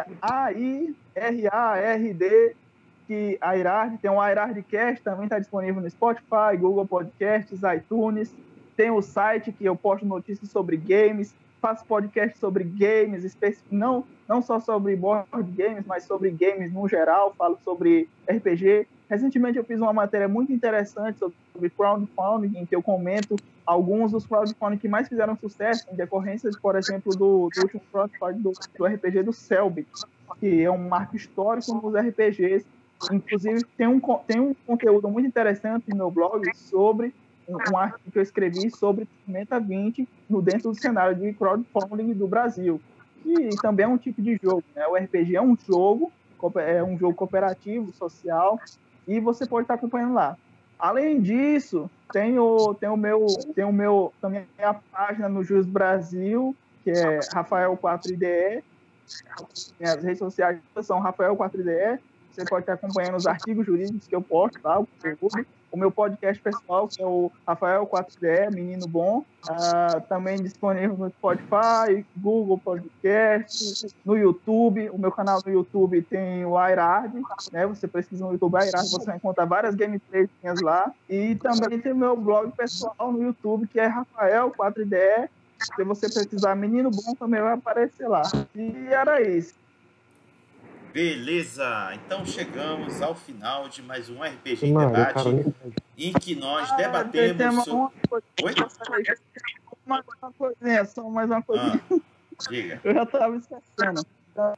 AIRARD, que a AIRARD tem um AIRARDcast, também está disponível no Spotify, Google Podcasts, iTunes. Tem o site que eu posto notícias sobre games, faço podcast sobre games, não só sobre board games, mas sobre games no geral, falo sobre RPG. Recentemente eu fiz uma matéria muito interessante sobre crowdfunding, em que eu comento alguns dos crowdfunding que mais fizeram sucesso, em decorrência, por exemplo, do último crowdfunding do RPG do Selbit, que é um marco histórico nos RPGs. Inclusive, tem um conteúdo muito interessante no meu blog sobre um artigo que eu escrevi sobre Tormenta 20 dentro do cenário de crowdfunding do Brasil, que também é um tipo de jogo, né? O RPG é um jogo cooperativo, social, e você pode estar acompanhando lá. Além disso, tem também a página no Jus Brasil, que é Rafael 4IDE. As redes sociais são Rafael 4IDE. Você pode estar acompanhando os artigos jurídicos que eu posto, tá? O meu podcast pessoal, que é o Rafael 4IDE, Menino Bom, também disponível no Spotify, Google Podcast, no YouTube. O meu canal no YouTube tem o AIRARD, né? Você pesquisa no YouTube AIRARD, você vai encontrar várias gameplays lá. E também tem o meu blog pessoal no YouTube, que é Rafael 4IDE. Se você precisar Menino Bom, também vai aparecer lá. E era isso. Beleza, então chegamos ao final de mais um RPG em Debate, em que nós debatemos sobre... Oi? Mais uma coisinha. Diga. Eu já estava esquecendo.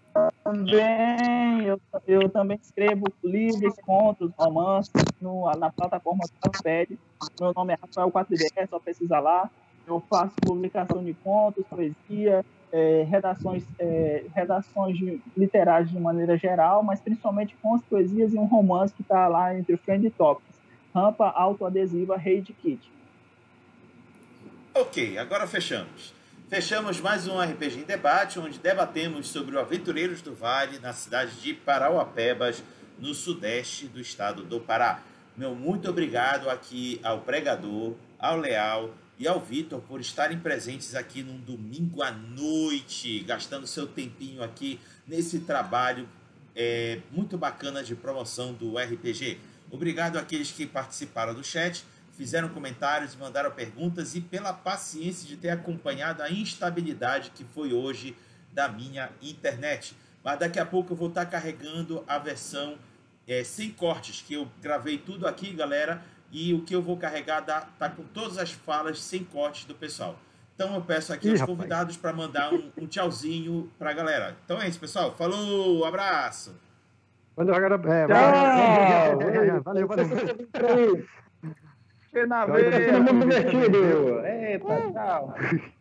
Eu também escrevo livros, contos, romances na plataforma Wattpad. Meu nome é Rafael 4IDE, é só pesquisar lá. Eu faço publicação de contos, poesia, redações literárias de maneira geral, mas principalmente com as poesias e um romance que está lá entre o Friend Topics, Rampa Autoadesiva Raid Kit. Ok, agora fechamos. Fechamos mais um RPG em Debate, onde debatemos sobre o Aventureiros do Vale na cidade de Parauapebas, no sudeste do estado do Pará. Meu muito obrigado aqui ao Pregador, ao Leal e ao Vitor por estarem presentes aqui num domingo à noite, gastando seu tempinho aqui nesse trabalho muito bacana de promoção do RPG. Obrigado àqueles que participaram do chat, fizeram comentários, mandaram perguntas e pela paciência de ter acompanhado a instabilidade que foi hoje da minha internet. Mas daqui a pouco eu vou estar carregando a versão sem cortes, que eu gravei tudo aqui, galera, e o que eu vou carregar tá com todas as falas sem cortes do pessoal. Então eu peço aqui aos convidados para mandar um tchauzinho para a galera. Então é isso, pessoal. Falou, abraço! Valeu, galera. Valeu. Na vez. Todo mundo divertido. Eita, tchau.